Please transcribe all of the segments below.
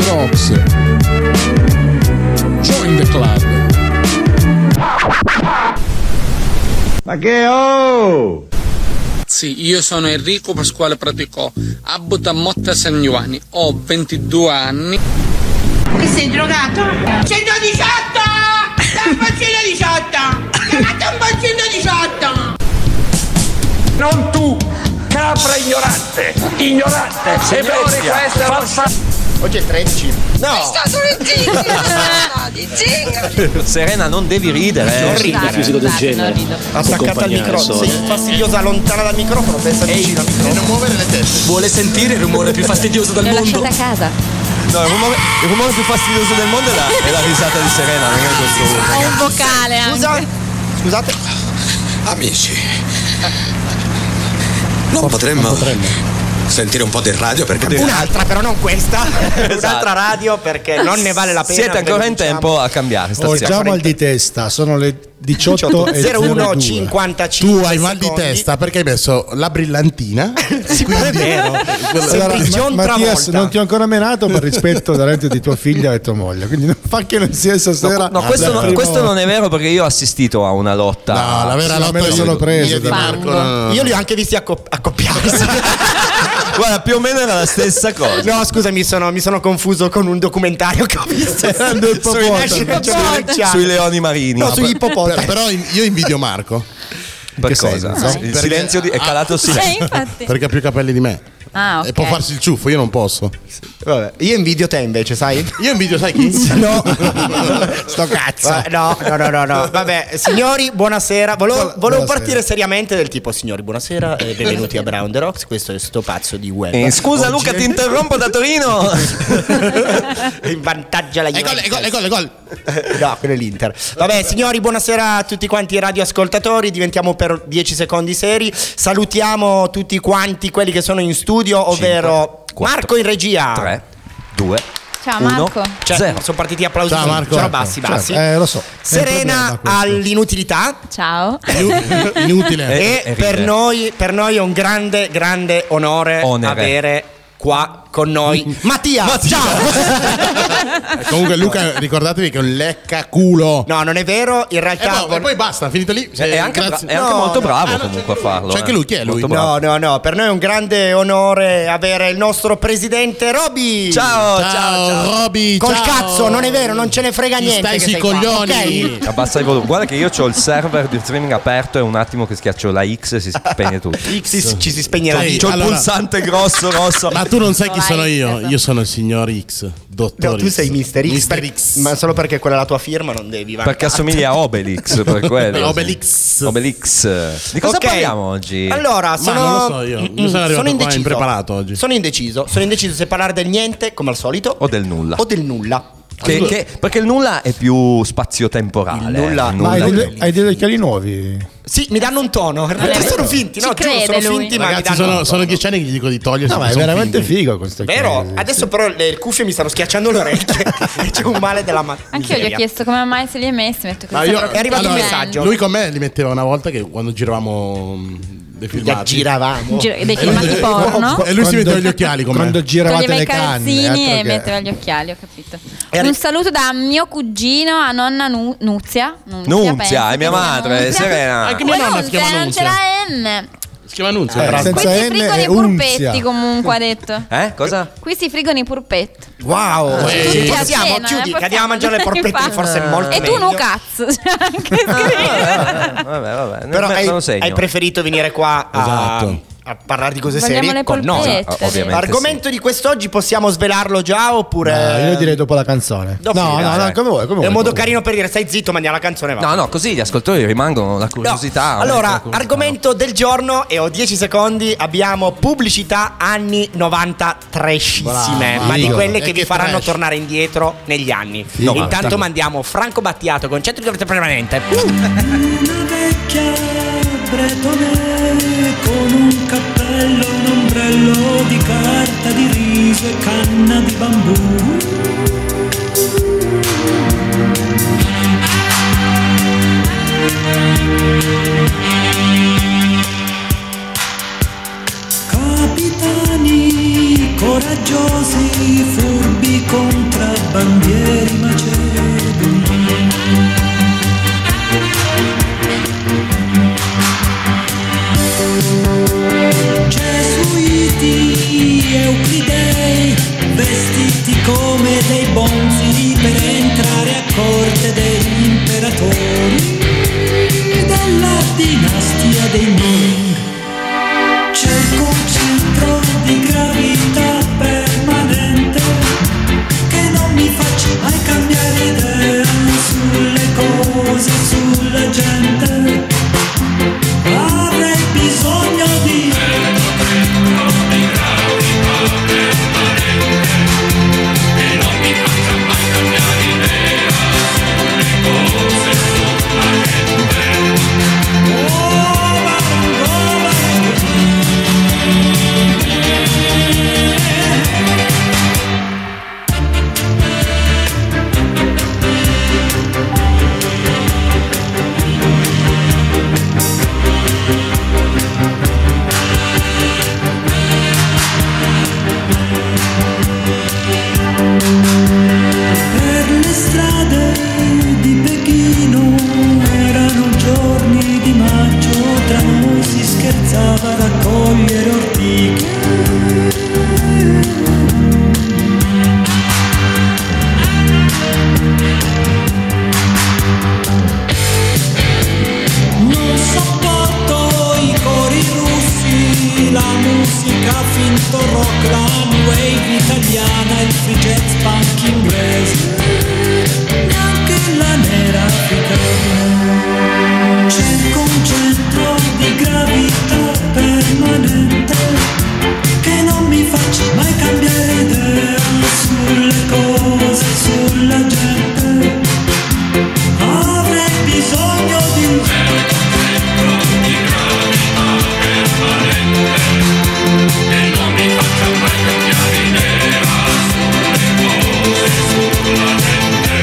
Rocks. Join the club. Ma che oh! Sì, io sono Enrico Pasquale Praticò, abito a Motta San Giovanni, ho 22 anni. Che sei drogato? 118! Un boccino 18! Chiamate un boccino 18! Non tu, capra ignorante! Ignorante! Sei bestia! Oggi è 13. No! È stato di Zing! Serena, non devi ridere. Non ridere. Fisico del genere. Attaccata al microfono. Sei fastidiosa lontana dal microfono, pensa vicino al microfono. E non muovere le teste. Vuole sentire il rumore più fastidioso del mondo. L'ho lasciata a casa. No, il rumore più fastidioso del mondo è la risata di Serena, non è questo. Ho un vocale anche. Scusate. Amici, non potremmo sentire un po' del radio per capire. Un'altra, però non questa. Esatto. Un'altra radio perché non ne vale la pena. Siete ancora in tempo a cambiare stazione. Ho già mal di testa, sono le 18:01:55. Tu hai mal di testa perché hai messo la brillantina. Sì, è vero. Mattias, non ti ho ancora menato per rispetto veramente di tua figlia e tua moglie, quindi non fa che non sia stasera. No, questo non è vero perché io ho assistito a una lotta. No, la vera lotta me la sono preso da Marco. Io li ho anche visti accoppiarsi. Guarda, più o meno era la stessa cosa. No, scusa, mi sono confuso con un documentario che ho visto sui leoni marini. No, sugli ippopotami. Però io invidio Marco. Per cosa? senso? Il silenzio è calato il silenzio. Infatti. Perché ha più capelli di me. Ah, ok. E può farsi il ciuffo, io non posso. Vabbè, io invidio te invece, sai? Io invidio, sai chi? No. Sto cazzo. No. Vabbè, signori, buonasera. Volevo partire seriamente del tipo, signori, buonasera e benvenuti a Brown the Rocks. Questo è sto pazzo di web. Scusa Luca, ti interrompo da Torino. In vantaggio la Juventus. È gol. No, quello è l'Inter. Vabbè, signori, buonasera a tutti quanti i radioascoltatori. Diventiamo per 10 secondi seri. Salutiamo tutti quanti quelli che sono in studio, ovvero 5, 4, Marco in regia. 3, 2, Ciao Marco. Sono partiti applausi. Ciao Marco. Sono bassi. Lo so. Serena all'inutilità. Ciao. Inutile. E per noi è un grande onore avere qua con noi Mattia. Ciao. Comunque Luca, ricordatevi che è un lecca culo. No, non è vero, in realtà e poi basta, finito lì. È anche molto bravo comunque a farlo. C'è anche lui, chi è lui? No, per noi è un grande onore avere il nostro presidente Roby. Ciao. Roby. Col ciao. Cazzo, non è vero, non ce ne frega niente. Stai che sui sei coglioni. Qua, okay? Abbassa il volume. Guarda che io ho il server di streaming aperto e un attimo che schiaccio la X e si spegne tutto. Ci si spegne la vita. C'ho il pulsante grosso rosso. Ma tu non sai chi sono io? Esatto. Io sono il signor X, dottor No, tu X. sei Mr. X, Mr. X. ma solo perché quella è la tua firma non devi Perché assomiglia a Obelix, per quello. Obelix. Di cosa parliamo oggi? Allora, Ma non lo so io sono arrivato qua impreparato oggi. Sono indeciso se parlare del niente, come al solito, O del nulla. Perché il nulla è più spazio-temporale. Il nulla. Ma hai degli occhiali nuovi? Sì, mi danno un tono. In realtà sono finti, Ci no? Giuro, crede sono lui. finti, ma mi Ragazzi, danno sono 10 anni che gli dico di togliersi. No, ma è sono veramente finti. figo questo. Vero? Adesso però le cuffie mi stanno schiacciando le orecchie. C'è un male della Anche io gli ho chiesto come mai se li hai messi. Metto Ma così io- È arrivato un messaggio. Lui con me li metteva una volta che quando giravamo dei filmati. Giravamo. dei filmati porno. E lui si metteva gli occhiali con me. Quando giravate Toglieva le i canne. calzini e altro che- metteva gli occhiali, ho capito. Un saluto da mio cugino a nonna Nunzia. Nunzia, è mia madre, Serena. Anche mia nonna si chiama non Nunzia. c'è la N. Si chiama Nunzia. senza Qui si N friggono è i purpetti Unzia. comunque, ha detto. Cosa? Qui si friggono i purpetti. Wow. Tutti a Possiamo, cena, chiudi, che possiamo. andiamo a mangiare le porpette, Infatti. forse è molto E tu meglio. no cazzo. C'è anche scritto. Vabbè. Però me lo segno. hai preferito venire qua Esatto. a parlare di cose Vogliamo serie le con noi. polpette. Ovviamente. L'argomento di quest'oggi possiamo svelarlo già oppure Io direi dopo la canzone. Dopo No, dai. come vuoi. è un modo carino per dire stai zitto, mandiamo la canzone, va. No, così gli ascoltatori rimangono la No. curiosità. Allora, argomento del giorno e ho 10 secondi. Abbiamo pubblicità anni 90 trashissime, Bravo. ma di Figo. quelle E che vi che faranno trash. tornare indietro negli anni. Figo. Intanto mandiamo Franco Battiato con Centro di Gravità Permanente. Una vecchia bretone con un cappello, un ombrello di carta di riso e canna di bambù. Capitani coraggiosi, furbi contrabbandieri macedoni. Gesuiti, euclidei, vestiti come dei bonzi per entrare a corte degli imperatori della dinastia dei Ming. Cerco un centro di gravità permanente che non mi faccia mai cambiare idea sulle cose, sulla gente. Avrei bisogno di che non mi faccia mai cambiare idea sulle cose, sulla gente. Per le strade di Pechino erano giorni di maggio, tra noi si scherzava a raccogliere ortiche. Non sopporto i cori russi, la musica finto rock, la new wave italiana, il free jazz punk inglese, neanche la nera africana. Cerco un centro di gravità permanente che non mi faccia mai cambiare idea sulle cose, sulla gente. Avrei bisogno di un centro di gravità permanente che non mi faccia mai cambiare idea sulle cose, sulla gente.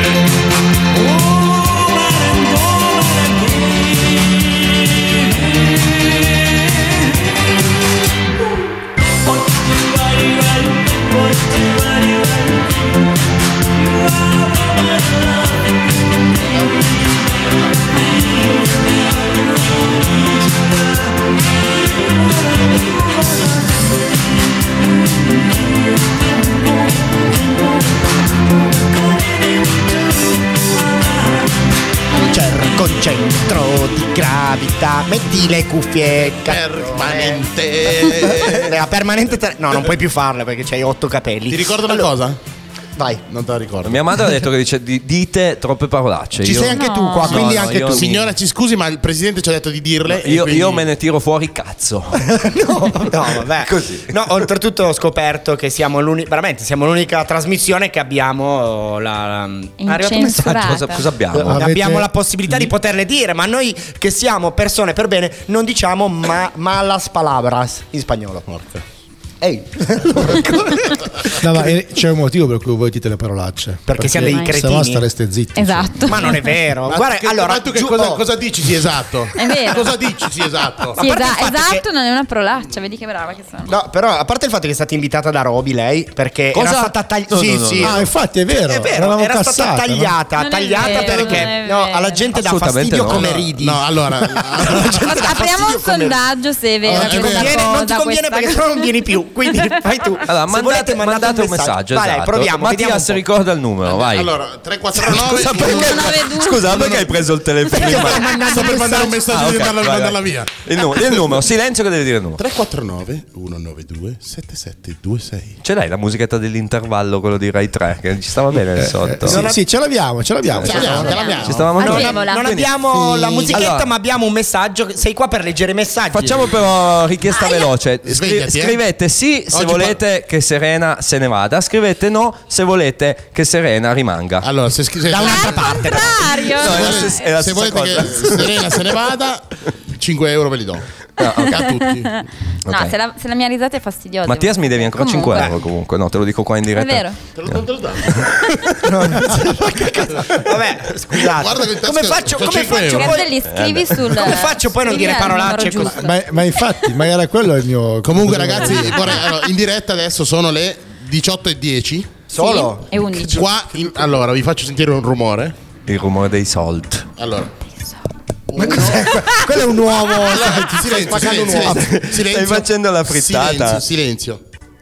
Cerco un centro di gravità. Metti le cuffie permanente. La permanente no, non puoi più farla perché c'hai 8 capelli. Ti ricordo una cosa? Vai. Non te la ricordo. Mia madre ha detto che dice dite troppe parolacce. Ci sei anche tu qua, quindi anche tu. Signora, ci scusi, ma il presidente ci ha detto di dirle. Io me ne tiro fuori cazzo. No, vabbè. Così. No, oltretutto ho scoperto che siamo l'unica trasmissione che abbiamo incensurata. Cosa abbiamo? Abbiamo la possibilità di poterle dire, ma noi che siamo persone per bene non diciamo malas palabras in spagnolo. Porca. Ehi. No, ma c'è un motivo per cui voi dite le parolacce. Perché siamo dei cretini. Se no stareste zitti. Esatto. Ma non è vero. Ma guarda, allora tu cosa dici? Sì, esatto. È vero. Cosa dici? Sì, esatto. Sì, esatto, non è una parolaccia, vedi che brava che sono. No, però a parte il fatto che è stata invitata da Roby lei, perché cosa? Era stata tagliata. Sì. Ah, infatti è vero. Era stata tagliata. No? Tagliata perché alla gente dà fastidio come ridi. No, allora. Apriamo un sondaggio se è vero. Non ti conviene perché sennò non vieni più. Quindi fai tu. Allora, mandate un messaggio. Vai, esatto. proviamo. Mattias ricorda il numero, vai. Allora, 349. Scusa, perché hai preso il telefono in mano? Sto per mandare un messaggio di mandarla via. Il numero, silenzio che devi dire il numero. 349 192 7726. Ce l'hai la musichetta dell'intervallo, quello di Rai 3, che ci stava bene lì sotto? Sì, ce l'abbiamo. Ci stavamo non abbiamo la musichetta, ma abbiamo un messaggio. Sei qua per leggere i messaggi. Facciamo però richiesta veloce. Svegliati, Scrivete sì se oggi volete che Serena se ne vada. Scrivete no se volete che Serena rimanga. Allora, se da un'altra parte. Se volete che Serena se ne vada, 5 euro ve li do. A tutti. No, Ok. se la mia risata è fastidiosa. Mattias mi devi ancora 5 euro comunque. No, te lo dico qua in È diretta. vero. Te lo do. Vabbè, scusate. Guarda che Come faccio Gazzelli, scrivi sul. Come faccio poi a non dire parolacce così? Ma infatti, era quello il mio. Comunque, ragazzi, allora, in diretta adesso sono le 18:10. Solo? E 11. Qua, allora, vi faccio sentire un rumore. Il rumore dei soldi. Allora. Ma cos'è? Quello è un uovo. Silenzio. Stai facendo la frittata. Silenzio.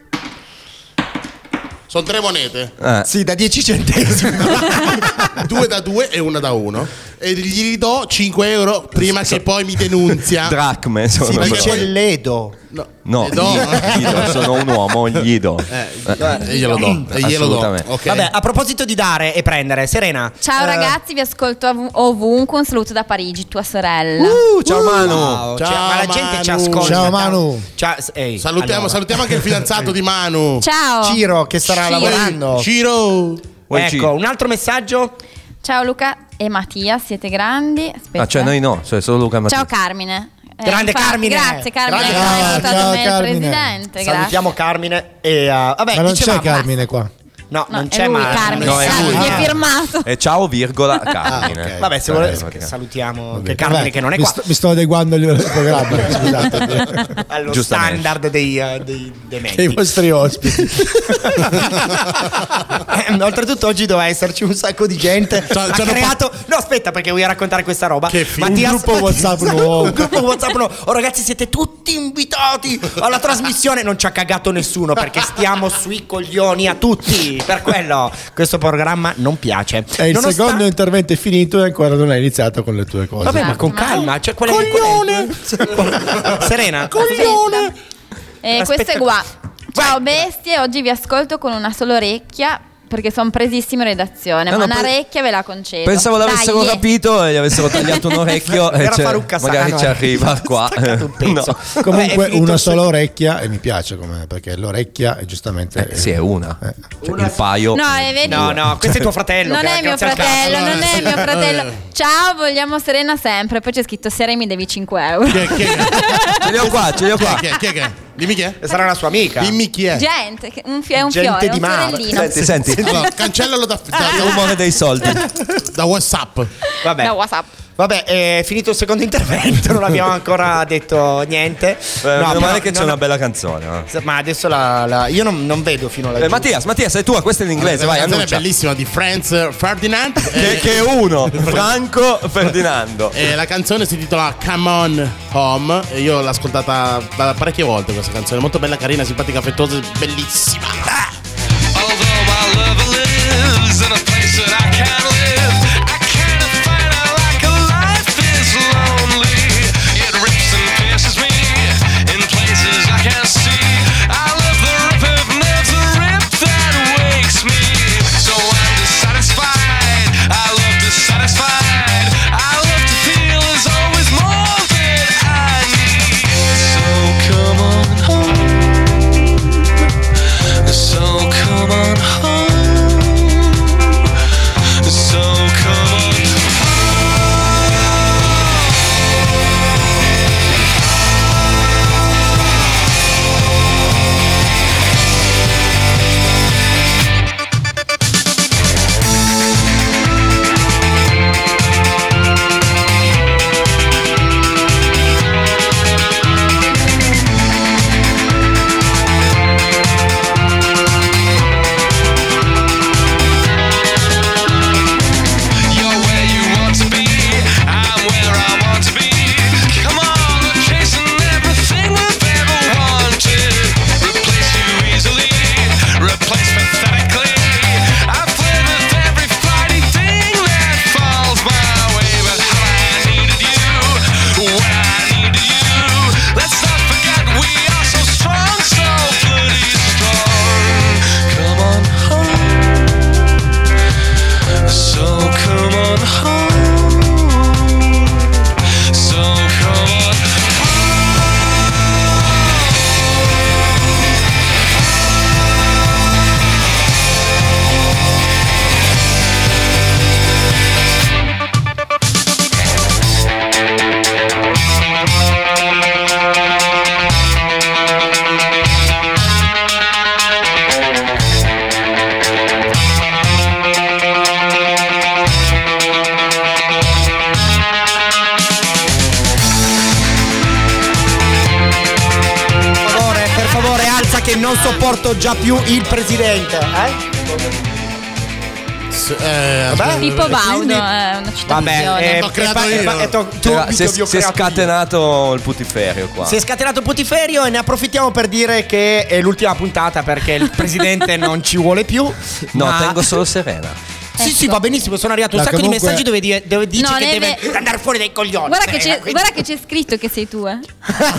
Sono 3 monete. Sì, da 10 centesimi. 2 da 2 e 1 da 1. E gli ridò 5 euro prima che poi mi denunzia. Dracme Si sono. dice Ledo. No, gli do, sono un uomo, gli do. E glielo do. Okay. Vabbè, a proposito di dare e prendere, Serena. Ciao ragazzi, vi ascolto ovunque. Un saluto da Parigi, tua sorella. Ciao Manu. Wow, ma la gente ci ascolta. Ciao Manu. Salutiamo anche il fidanzato di Manu. Ciao. Ciro che starà lavorando. Ciro. Ecco, un altro messaggio. Ciao Luca e Mattia, siete grandi. Aspetta. Cioè noi no, cioè solo Luca e Mattia. Ciao Carmine. Grande Carmine. Grazie Carmine, Grande che hai votato ciao, me il Carmine. presidente. Salutiamo Carmine e vabbè, Ma non c'è dicevamo- Carmine qua. No, non c'è è lui, ma Carmine. No, è lui. Mi è firmato. E ciao virgola Carmine. ok. Vabbè, se volete salutiamo che Carmine che non è mi qua. mi sto adeguando al programma, scusate. Allo Giustamente. standard dei Dei menti. vostri ospiti. Oltretutto oggi doveva esserci un sacco di gente. Ha creato. No, aspetta, perché voglio raccontare questa roba. Che Un gruppo WhatsApp nuovo. Un gruppo WhatsApp nuovo. Oh, ragazzi, siete tutti invitati alla trasmissione. Non ci ha cagato nessuno perché stiamo sui coglioni a tutti. Per quello questo programma non piace. E il secondo intervento è finito e ancora non hai iniziato con le tue cose. Vabbè, ma con calma. Cioè, coglione. Serena. Coglione. Questo Aspetta. è qua. Ciao Vai. bestie, oggi vi ascolto con una sola orecchia perché sono presissimo in redazione, No, ma no, una orecchia ve la concedo. Pensavo l'avessero Dai, capito e gli avessero tagliato un orecchio e Era cioè, Farruca magari Sano, ci arriva qua. staccato un pezzo. No. Comunque Vabbè, è finito una il sola orecchia e mi piace com'è, perché l'orecchia è giustamente Sì, è una. Cioè, il paio. No, vedi? No, questo è tuo fratello. Non è mio grazie al fratello, cazzo. non è mio fratello. Ciao, vogliamo Serena sempre. Poi c'è scritto Sere mi devi 5 euro. Chi è? Ce li ho qua, ce li ho qua. Chi è? Dimmi chi è? Sarà la sua amica. Dimmi chi è. Gente, è un Gente fiore, di un mare. fiorellino. Senti. Allora, cancellalo da Il rumore dei soldi. WhatsApp. Vabbè. Da WhatsApp. Vabbè, è finito il secondo intervento, non abbiamo ancora detto niente. Meno però male che c'è non- una bella canzone. Ma adesso io non vedo fino alla Mattia, sei tua, questa è in inglese, vai, È annuncia. bellissima di Franz Ferdinand. Che è uno, Franco Ferdinando. E la canzone si intitola Come On Home. E io l'ho ascoltata parecchie volte questa canzone. Molto bella, carina, simpatica, affettuosa, bellissima. Although my lover lives in a place that I can't live, I can't find out like a life is lonely. It rips and pierces me in places I can't see. I love the rip of nerves, the rip that wakes me. So I'm dissatisfied, I love dissatisfied. I love to feel is always more than I need. So come on home. So come on home. So come on You're where you want to be, I'm where I want to be. Come on, we're chasing everything we've ever wanted. Replace you easily, replace pathetically. I flirt with every flighty thing that falls my way. But how I needed you, when I needed you. Let's not forget we are so strong, so bloody strong. Come on home. So come on home. So come on Per favore, alza che non sopporto già più il presidente. Tipo Baudo, è una citazione. L'ho creato io. Si è scatenato il putiferio qua. Si è scatenato il putiferio e ne approfittiamo per dire che è l'ultima puntata perché il presidente non ci vuole più. No, tengo solo Serena. Sì, va benissimo. Sono arrivato un sacco di messaggi dove dice che deve andare fuori dai coglioni. Guarda che c'è scritto che sei tu, Non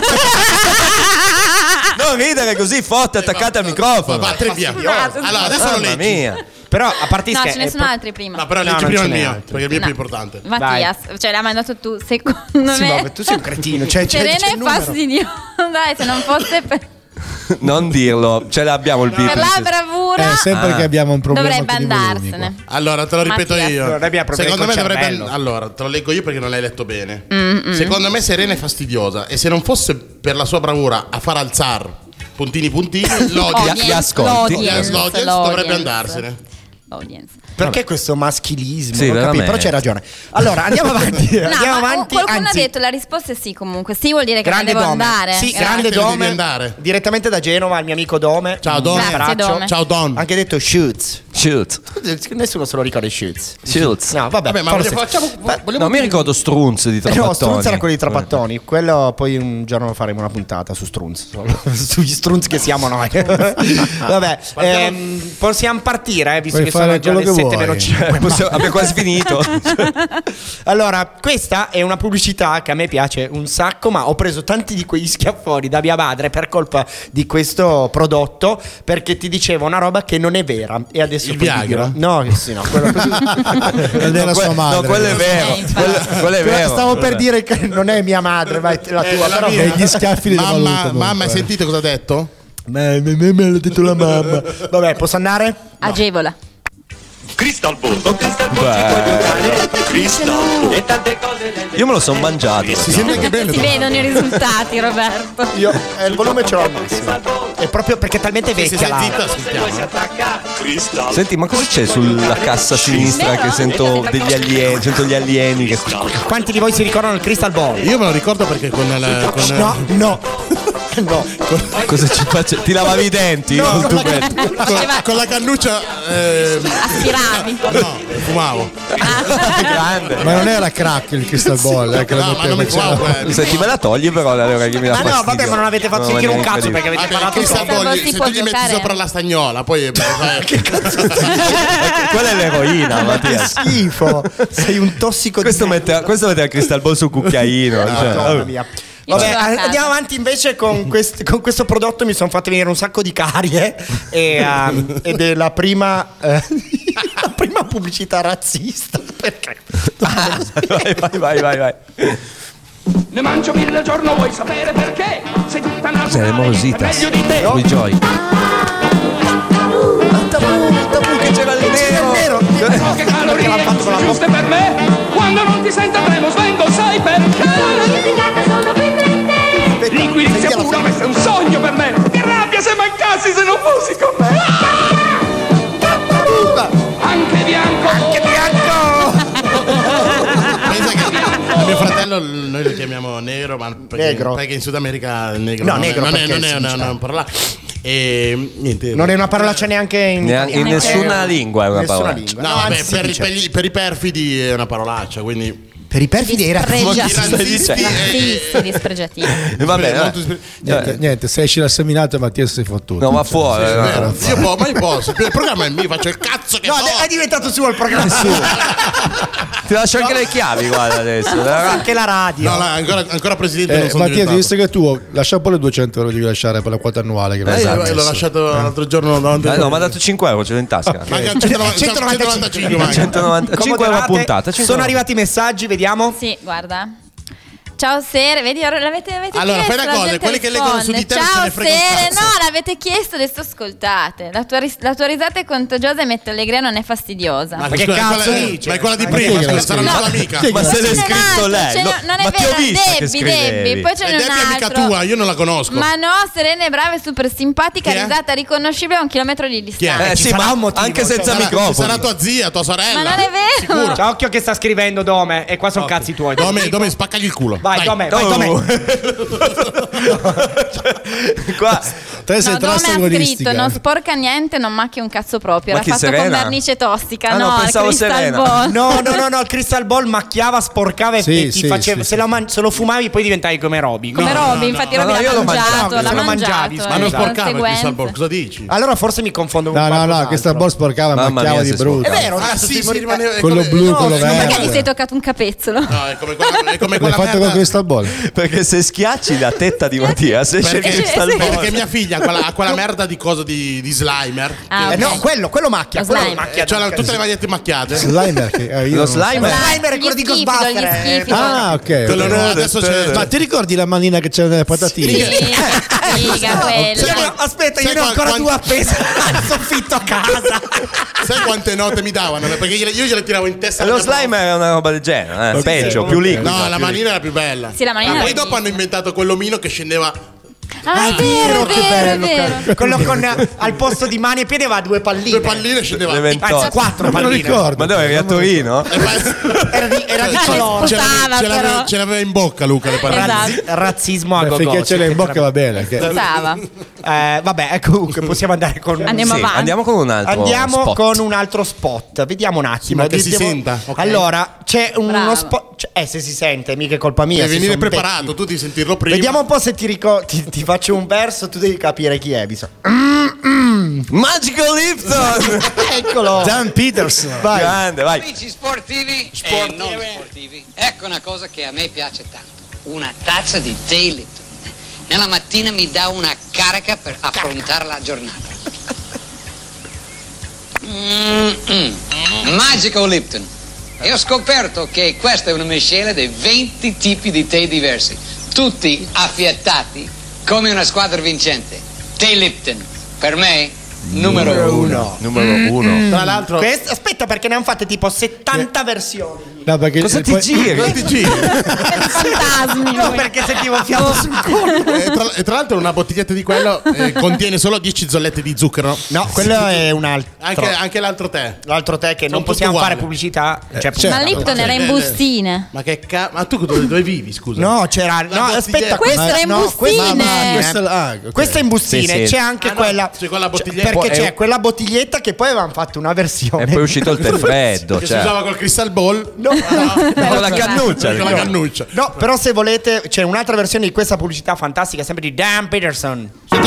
ridere così forte, attaccate al microfono. Ma via. Allora, adesso lo leggi. Mia. Però a parte No, ce ne sono altri prima. No, però leggi prima il mio, perché il mio è più importante. Mattias, cioè l'hai mandato tu, secondo me. Sì, vabbè, tu sei un cretino. Serena è fastidioso. Dai, se non fosse per... Non dirlo, ce l'abbiamo il beat. Per la bravura È sempre che abbiamo un problema. dovrebbe andarsene. Allora, te lo ripeto io. Secondo me dovrebbe. Allora, te lo leggo io perché non l'hai letto bene. Secondo me Serena è fastidiosa e se non fosse per la sua bravura a far alzar puntini l'audience dovrebbe andarsene. Perché questo maschilismo? Sì, non capisco, però c'hai ragione. Allora, andiamo avanti. Qualcuno ha detto la risposta è sì, comunque. Sì, vuol dire che non devo andare. Sì, grande Dome. Direttamente da Genova, il mio amico Dome. Ciao Dome. Grazie, Dome. Ciao Don. Anche detto Schutz. Nessuno se lo ricorda Schutz. No, vabbè, ma no, mi ricordo Strunz di Trapattoni. No, Strunz era quello di Trapattoni. Quello poi un giorno faremo una puntata su Strunz. Sugli Strunz che siamo noi. Vabbè, possiamo partire, visto Puoi che sono già le 7:05. Abbiamo quasi finito. Allora, questa è una pubblicità che a me piace un sacco, ma ho preso tanti di quegli schiaffoni da mia madre per colpa di questo prodotto, perché ti diceva una roba che non è vera. E adesso il Viagra? No, sì, no, quello non è la sua madre. No, quello è vero. Quello è vero. Stavo per dire che non è mia madre, ma è la tua. La però mia. Gli schiaffi li Mamma, hai sentito cosa ha detto? me l'ha detto la mamma. Vabbè, posso andare? Agevola. Crystal Ball, con Crystal Ball ci puoi giocare. Crystal e tante cose. Io me lo sono mangiato. Si sente anche bene. Si vedono i risultati, Roberto. Io il volume ce l'ho al massimo. È proprio perché è talmente vecchia la. Senti, ma cosa c'è sulla cassa sinistra che sento degli alieni? Sento gli alieni che... Quanti di voi si ricordano il Crystal Ball? Io me lo ricordo perché con No. Cosa ci faccio? Ti lavavi i denti? con la cannuccia aspiravi. No, fumavo. Grande. Ma non era crack il Crystal Ball, che no, ma non mi fumavo. Senti, me la togli però allora che mi dà fastidio. No, vabbè, ma non avete fatto sentire un cazzo perché avete parlato Crystal Ball, se tu gli metti sopra la stagnola, poi che cazzo quella è l'eroina, Mattia. Schifo. Sei un tossico questo mette il Crystal Ball sul cucchiaino. Mamma mia. Vabbè, andiamo avanti invece con questo prodotto. Mi sono fatto venire un sacco di carie ed è la prima pubblicità razzista. Perché? Vai. Ne mangio 1000 al giorno, vuoi sapere perché? Sei tutta una Cos'è, le Morositas? Con i Joy. Tabù che c'era il nero. Poche calorie giuste per me. Quando non ti sento tremo svengo, sai perché? Liquidizia pura, questo è un sogno per me. Che rabbia se mancassi, se non fossi con me. Anche bianco. Pensa che mio fratello noi lo chiamiamo negro, ma perché in Sud America negro non è una parola. E niente. Non è una parolaccia neanche in nessuna lingua è una parola. No, vabbè, per i perfidi è una parolaccia, quindi per i perfidi era dispregiativi. Va bene. Niente, se esci dal seminato Mattia sei fottuto. No, ma fuori. Io posso. Il programma è mio, faccio il cazzo che voglio. È diventato suo il programma. Ti lascio anche le chiavi, guarda adesso. Anche la radio. No, ancora presidente non sono Mattia, visto che tu lascia un po' le 200 euro devi lasciare per la quota annuale che l'ho lasciato l'altro giorno davanti. No, mi ha dato 5 euro, ce l'ho in tasca. 195 euro a puntata. Sono arrivati i messaggi, vediamo. Sì, guarda. Ciao Sere, vedi, l'avete allora, chiesto. Allora, fai una cosa, quelli che leggono su di te non se ne frega un cazzo. No, l'avete chiesto, adesso ascoltate. La tua risata è contagiosa e mette allegria, non è fastidiosa. Ma che cazzo dice? Ma è quella di prima, sarà una tua amica. Ma se l'è scritto lei. Non è vero, Debbie. Poi ce n'è un altro. Debbie è amica tua, io non la conosco. Ma no, Serena è brava e super simpatica, risata riconoscibile a 1 chilometro di distanza. Sì, ma anche senza microfono. Sarà tua zia, tua sorella. Ma non è vero. Occhio che sta scrivendo Dome. E qua sono cazzi tuoi. Dome, spaccagli il culo. Vai. vai Dome. Qua te sei troppo agonistica. Non sporca niente, non macchia un cazzo proprio. Ma Era fatto con vernice tossica. No, pensavo Serena. No, il Crystal Ball macchiava, sporcava e ti faceva. Se lo fumavi poi diventavi come Robby. Come Robby, infatti Robby l'ha mangiato. L'ha mangiato. Ma non sporcava il Crystal Ball, cosa dici? Allora forse mi confondo un po'. No, il Crystal Ball sporcava e macchiava di brutto. È vero, quello blu, quello verde. Magari sei toccato un capezzolo. No, è come quella l'hai fatto con Crystal Ball. Perché se schiacci la tetta di Mattias esce il Crystal Ball. Perché mia figlia ha quella merda di cosa di Slimer. No, quello macchia. C'ha tutte le magliette macchiate. Slimer. Lo Slimer è quello di Ghostbusters. Ah, ok. Ma ti ricordi la manina che c'era nelle patatine? Aspetta, io ne ho ancora due appese al soffitto a casa. Sai quante note mi davano? Perché io gliele tiravo in testa. Lo Slimer è una roba del genere, peggio, più liquido. No, la manina era più bella. Sì, la manina. Poi dopo hanno inventato quell'omino che scendeva. È vero, che bello. Quello con al posto di mani e piedi aveva due palline scendeva. Anzi, 4 palline. Non ricordo. Ma dove eri a Torino? Era di colore. Ce l'aveva in bocca Luca le palline. Razzismo a gogo. Perché ce l'ha in bocca va bene. Vabbè, comunque possiamo andare con andiamo con un altro spot. Con un altro spot. Vediamo un attimo. Che si senta. Allora, c'è uno spot. Se si sente, mica è colpa mia. Devi venire preparato, tu devi sentirlo prima. Vediamo un po' se ti faccio un verso, tu devi capire chi è. Magical Lipton. Eccolo. Dan Peterson. Vai. Grande, vai. Amici sportivi e non sportivi. Ecco una cosa che a me piace tanto. Una tazza di tè Lipton. Nella mattina mi dà una carica per affrontare la giornata. Magical Lipton. E ho scoperto che questa è una miscela di 20 tipi di tè diversi, tutti affiattati come una squadra vincente. Tè Lipton, per me, numero uno. Tra l'altro, aspetta, perché ne hanno fatte tipo 70 versioni. No, perché cosa ti giri? Fantasmi. No, perché sentivo fiato sul culo. E tra l'altro una bottiglietta di quello contiene solo 10 zollette di zucchero. No, quello è un altro. Anche l'altro tè. L'altro tè che non possiamo fare pubblicità. Ma Lipton era in bustine. Ma tu dove vivi, scusa? No, c'era. No, aspetta, questo era in bustine. Questa è in bustine. C'è anche quella. C'è quella bottiglietta. Perché c'è quella bottiglietta che poi avevano fatto una versione. E poi è uscito il tè freddo. Che si usava col Crystal Ball. Con la cannuccia. No, però se volete c'è un'altra versione di questa pubblicità fantastica, sempre di Dan Peterson.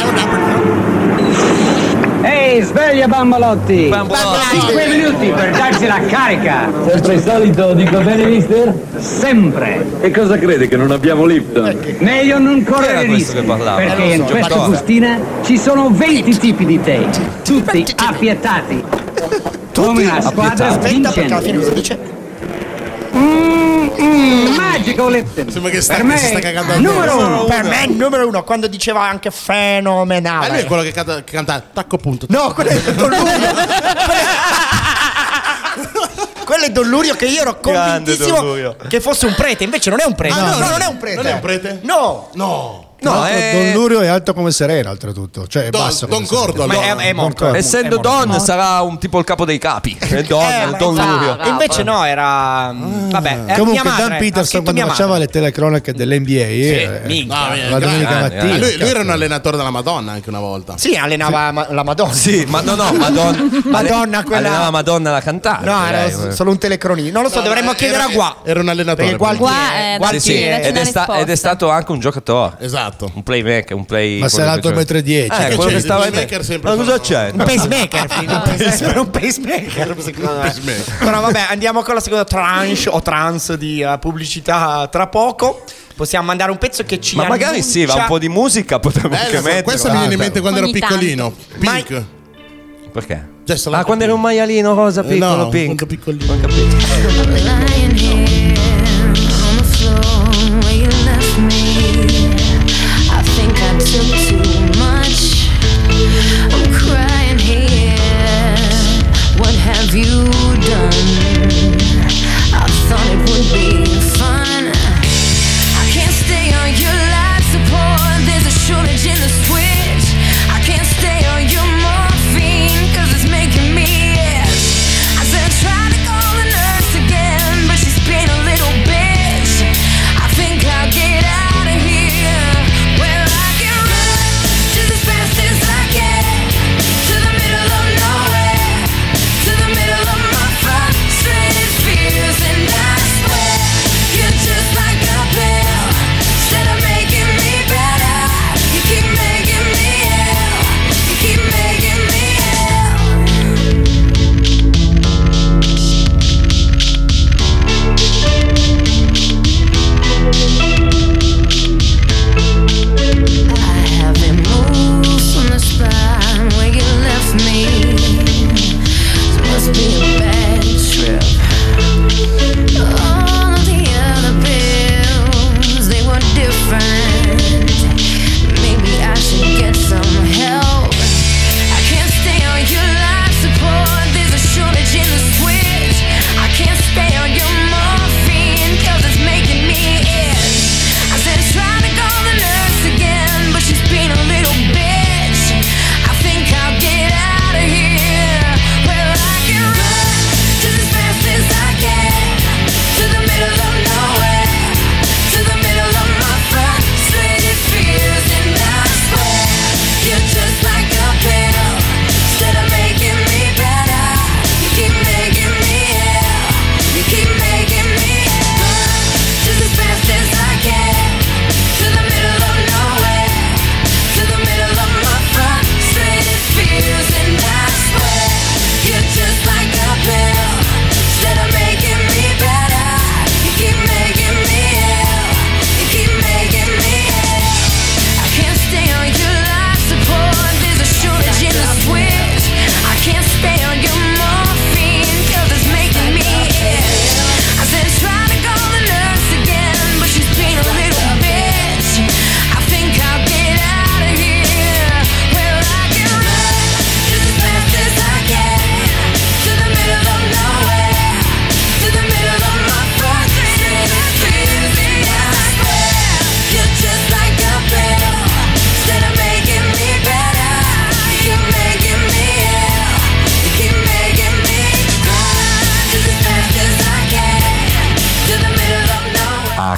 Ehi, sveglia bambalotti! 5 minuti per darsi la carica! Sempre il solito, dico bene, mister? Sempre! E cosa crede, che non abbiamo Lipton? Meglio non correre rischi, perché in questa bustina ci sono 20 tipi di tè, tutti affiattati, come una squadra vincente. Alla fine cosa dice? Magical Lipton. Sembra che per me si sta cagando numero uno. Per me numero uno, quando diceva anche fenomenale. Ma lui è quello che canta tacco punto. No, quello è Don Lurio. Quello è Don Lurio, che io ero convintissimo che fosse un prete, invece non è un prete. No, non è un prete. Non è un prete? No. Don Lurio è alto come Serena, oltretutto. Cioè è basso. Don Cordo. Ma è morto. Essendo Don sarà tipo il capo dei capi. È Don Lurio. E invece no, era. Vabbè. Comunque Dan Peterson, quando faceva le telecronache dell'NBA, la domenica mattina. Lui era un allenatore della Madonna anche una volta. Sì, allenava la Madonna. Sì, ma no, Madonna quella. Allenava Madonna la cantante. No, era solo un telecronino. Non lo so, dovremmo chiedere a Gua. Era un allenatore. Ed è stato anche un giocatore. Esatto. Un playmaker, ma sarà alto 1,10 m. Quello che stava in sempre. Ma cosa c'è? Un pacemaker. Un pacemaker, secondo me. Però vabbè, andiamo con la seconda tranche o trance di pubblicità tra poco. Possiamo mandare un pezzo che ci ma magari sì, va un po' di musica, potremmo anche mettere. Questo mi viene in mente quando ero piccolino. Pink. Perché? Quando eri un maialino rosa piccolo, no, Pink. Quando piccolino. Non capito. Took too much. I'm crying here. What have you done? I thought it would be fun. I can't stay on your life support. There's a shortage in the switch. I can't stay on your morphine, 'cause it's making me itch. I said try to call the nurse again, but she's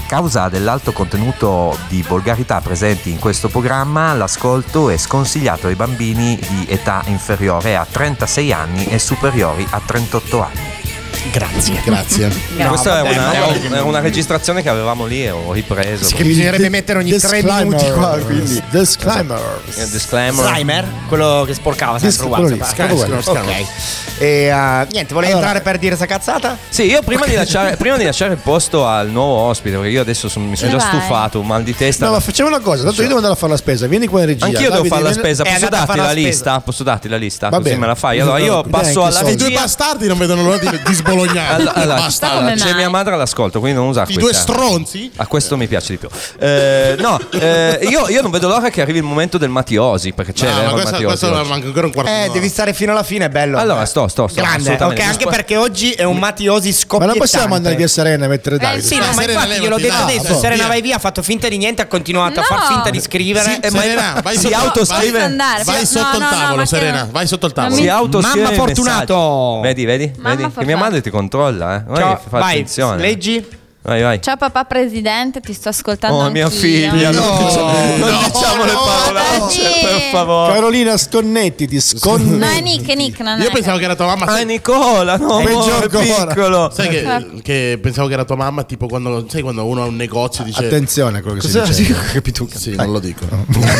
causa dell'alto contenuto di volgarità presenti in questo programma, l'ascolto è sconsigliato ai bambini di età inferiore a 36 anni e superiori a 38 anni. Grazie. No, questa è una registrazione che avevamo lì e ho ripreso. Sì, che bisognerebbe mettere ogni 3 minuti qua. Quindi. Disclaimer. Quello che sporcava sempre uguale. Ok. E niente, volevi entrare per dire sta cazzata? Sì, io prima di lasciare il posto al nuovo ospite, perché io adesso mi sono già stufato, un mal di testa. No, ma facciamo una cosa, tanto io devo andare a fare la spesa, vieni qua in regia. Anch'io devo fare la spesa, posso darti la lista? Posso darti la lista? Va così bene. me la fai. Allora io passo alla regia. I due bastardi non vedono l'ora di sbolognare. Allora, c'è mia madre all'ascolto, quindi non usare I due stronzi? A questo mi piace di più. Io non vedo l'ora che arrivi il momento del Matiosi, perché c'è il Matiosi. Questo manca ancora un quarto d'ora. Devi stare fino alla fine, è bello. Allora, sto. Grande, ok, anche perché oggi è un Matiosi scoppiettante. Ma non possiamo andare via Serena e mettere Davide? Sì, no, ma infatti gliel'ho detto adesso. Serena vai via, ha fatto finta di niente, ha continuato a far finta di scrivere. Serena, si autoscrive. Vai sotto il tavolo, Serena. Vai sotto il tavolo. Si autoscrive. Mamma Fortunato. Vedi? Che mia madre ti controlla, Ciao, fa vai, attenzione. leggi. Vai. Ciao papà presidente, ti sto ascoltando. Oh, mia anch'io. figlia, non diciamo le parolacce, per favore. Carolina, sconnettiti, sconnetti. No, è Nick, non è. Io pensavo che era tua mamma. Nicola, no, è piccolo. Sai che pensavo che era tua mamma, tipo quando uno ha un negozio dice attenzione a quello che si dice. Sì, ho capito. Sì, non lo dico.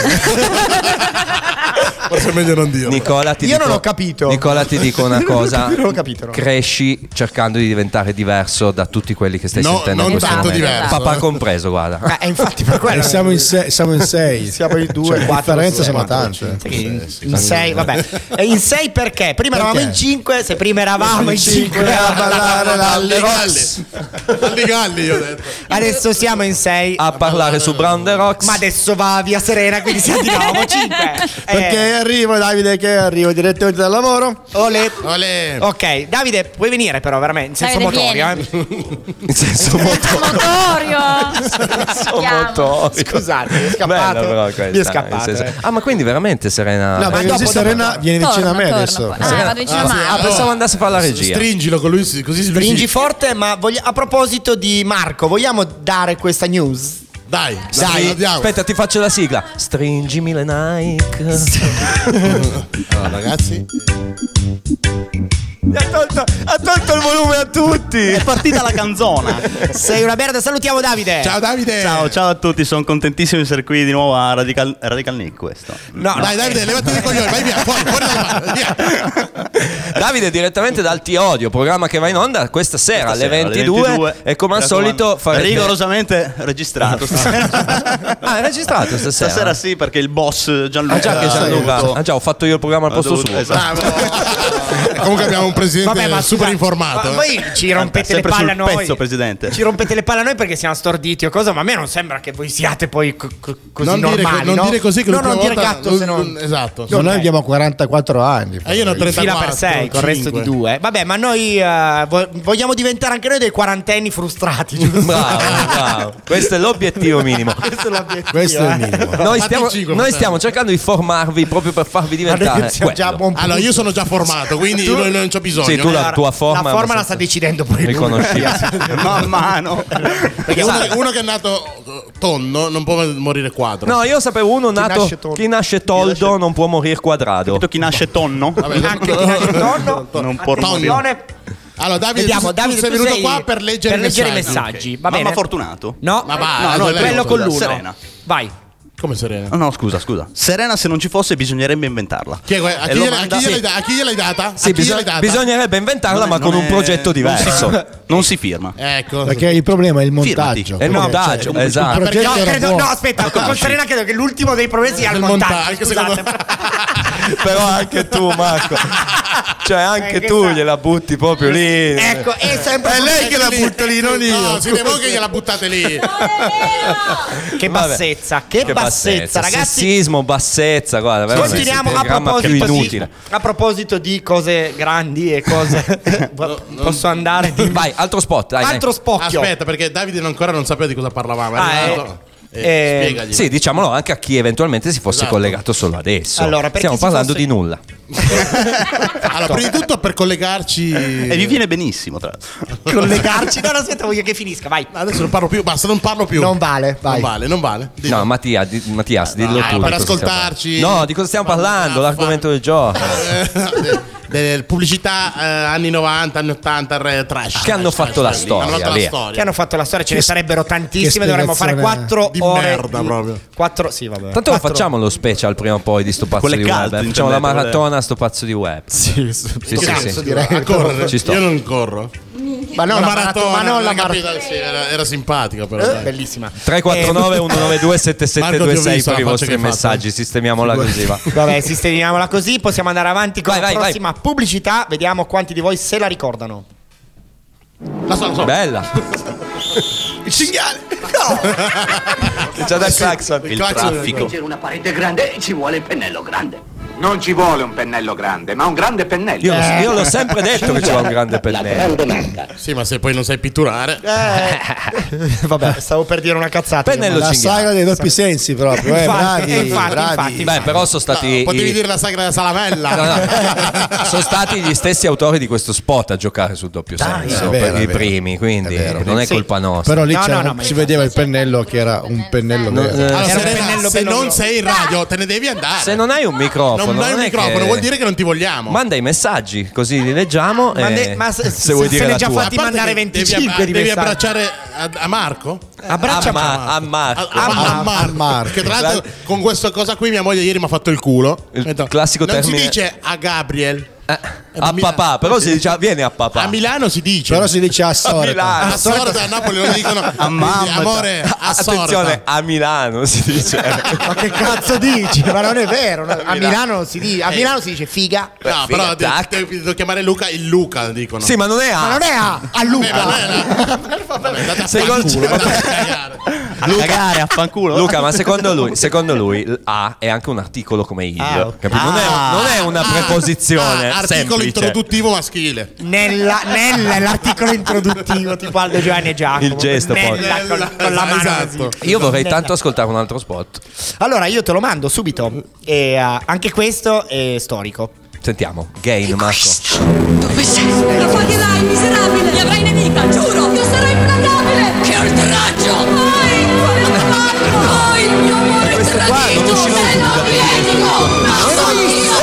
Forse è meglio non dirlo. Nicola, non ho capito. Nicola, ti dico una cosa. Non l'ho capito. No. Cresci cercando di diventare diverso da tutti quelli che stai sentendo in non questo tanto momento. diverso. Papà compreso, guarda. Infatti per quello. Siamo in 6. Siamo in 6. Siamo in 2, 4. Le differenze sono tante. In 6, vabbè. E in 6 perché? Prima eravamo in 5. Se prima eravamo in 5 a ballare l'alligalli, io ho detto. Adesso siamo in 6 a parlare su Brown the Rocks. Ma adesso va via Serena, quindi siamo di nuovo 5. Perché arrivo, Davide, che arrivo direttamente dal lavoro. Olè. Olè. Ok, Davide, puoi venire però, veramente, in senso Davide, motorio, In senso motorio. Scusate, è scappato. Mi è scappato. Ah, ma quindi veramente Serena. No, perché così Serena viene vicino a me adesso. Vado vicino a me. Pensavo andasse a fare la regia. Stringilo con lui, così Stringi forte, ma a proposito di Marco, vogliamo dare questa news? Dai, aspetta, ti faccio la sigla. Stringimi le Nike. Allora, ragazzi, ha tolto il volume a tutti. È partita la canzona. Sei una merda, salutiamo Davide. Ciao Davide. Ciao a tutti, sono contentissimo di essere qui di nuovo a Radical Nick questo. No, dai Davide, levati i coglioni, vai via, fuori dal bar, via. Davide direttamente dal Ti Odio, programma che va in onda questa sera alle 22 e come al solito farete rigorosamente registrato stasera. Ah, è registrato stasera? Stasera sì, perché il boss Gianluca ho fatto io il programma al posto suo. Comunque abbiamo un presidente super informato. Ma voi ci rompete le palle a noi. Pezzo, presidente. Ci rompete le palle a noi perché siamo storditi o cosa, ma a me non sembra che voi siate poi così normali. Non dire così che non dire cazzo se non. Esatto. No, noi abbiamo 44 anni. Io ne ho 34. Fila per 6 con il resto di 2. Vabbè, ma noi vogliamo diventare anche noi dei quarantenni frustrati, giusto? Bravo. Questo è l'obiettivo minimo. Questo è il minimo. Noi stiamo cercando di formarvi proprio per farvi diventare allora, io sono già formato, quindi non c'ho bisogno. Sì, tu la tua forma. La forma la sta decidendo poi riconoscibile. Man mano. Perché uno che è nato tonno non può morire quadro. No, io sapevo uno nato. Chi nasce toldo non può morire quadrado. Chi nasce tonno? Anche chi nasce tonno non può morire. Allora, Davide, tu sei venuto qua per leggere i messaggi. Va bene. Mamma Fortunato? No, quello con l'uno. Serena. Vai. Come Serena? No, scusa. Serena, se non ci fosse, bisognerebbe inventarla. A chi gliel'ai data? Sì, bisognerebbe inventarla, ma con un progetto diverso. Non si firma. Ecco. Perché il problema è il montaggio. È il montaggio, esatto. No, aspetta, con Serena credo che l'ultimo dei problemi sia il montaggio. Scusate. Però anche tu, Marco. Cioè, anche tu gliela butti proprio lì. Ecco, è sempre lei che la butta lì, non io. No, siete voi che gliela buttate lì. Che bassezza, ragazzi. Sessismo, bassezza, guarda. Continuiamo a proposito di cose grandi e cose. Posso andare? Vai, altro spot. Dai. Altro spocchio. Aspetta, perché Davide ancora non sapeva di cosa parlavamo. Spiegagli. Sì, diciamolo anche a chi eventualmente si fosse collegato solo adesso. Allora, per stiamo chi si parlando fosse- di nulla. Allora, prima di tutto per collegarci. E vi viene benissimo, tra l'altro. Collegarci. No, aspetta, voglio che finisca, vai. Adesso non parlo più, basta, non parlo più. Non vale, vai. Non vale. Dillo. No, Mattias, dillo tu. per di cosa stiamo ascoltarci. parlando. No, di cosa stiamo parlando? L'argomento del gioco. Delle pubblicità anni 90, anni 80, trash. Che hanno fatto la storia, Hanno fatto la via. storia. Che hanno fatto la storia, ce ne Che- sarebbero tantissime, che dovremmo fare spiegazione 4 di ore. merda proprio. 4, sì, vabbè. Tanto lo 4 facciamo lo special prima o poi di sto pazzo Quelle di cult, web. Facciamo la internet, maratona a sto pazzo di web. Sì, sì, cazzo, sì. direi. A correre. Ci sto. Io non corro. Ma non la la maratona, ma non la hai capito? maratona. Sì, era simpatica però. dai. Bellissima. 349 192 Marco, ti ho 7726 visto per i la faccia vostri che hai fatto. messaggi. Sistemiamola così, va. Vabbè, sistemiamola così, possiamo andare avanti con Vai, la vai, prossima pubblicità. Vediamo quanti di voi se la ricordano. La so. Bella. Il cinghiale. Già dal clacson. Il traffico. Per una parete grande ci vuole il pennello grande. Non ci vuole un pennello grande, ma un grande pennello. Io l'ho sempre detto che ci vuole un grande pennello. Sì, ma se poi non sai pitturare. Vabbè, stavo per dire una cazzata. Pennello La cinghiale. saga dei doppi sensi proprio, bravi, bravi. Beh, però sono stati. Potevi dire la sagra della salamella. No. Sono stati gli stessi autori di questo spot a giocare sul doppio senso è vero, per è i vero. primi, quindi È vero. non è Sì. colpa nostra. Però lì No, c'era- no, ma si vedeva il pennello che era un pennello vero. Allora, Era un Serena, pennello se bello non grosso. sei in radio, te ne devi andare. Se non hai un microfono, non hai un è microfono, che- vuol dire che non ti vogliamo. Manda i messaggi, così li leggiamo. Ma se se vuoi dire ne la già tua. fatti A parte mandare che 25 di devi messaggi. abbracciare a Marco? Abbraccia a Marco. A Marco. Che tra l'altro con questa cosa qui mia moglie ieri mi ha fatto il culo. Il Ho detto, classico non termine- si dice a Gabriel. A papà, però si dice vieni a papà. A Milano si dice. Però si dice a sorda. Milano. A sorda a Napoli lo dicono. A mamma. Amore, a Attenzione, sorda. a Milano si dice. Ma che cazzo dici? Ma non è vero. A Milano si dice, a Milano si dice figa. No, però devo chiamare Luca il Luca, dicono. Sì, ma non è Ma a. non è a Luca. Vabbè, date a Secondo- fanculo, andate a cagare. A cagare, a fanculo. Luca, ma secondo lui A è anche un articolo come il. Capito? Non è una preposizione Articolo semplice. introduttivo maschile. Nell'articolo introduttivo, tipo Aldo Giovanni e Giacomo. Il gesto poi. Con la mano Esatto. così. Io vorrei tanto ascoltare un altro spot. Allora, io te lo mando subito. E anche questo è storico. Sentiamo. Gain, Marco. Dove sei? Lo pagherai, miserabile! Mi avrai nemica, giuro! Io sarò implacabile! Che oltraggio! Poi, quale oltraggio? Poi, il mio amore tradito! Sei l'obietico! Ma sono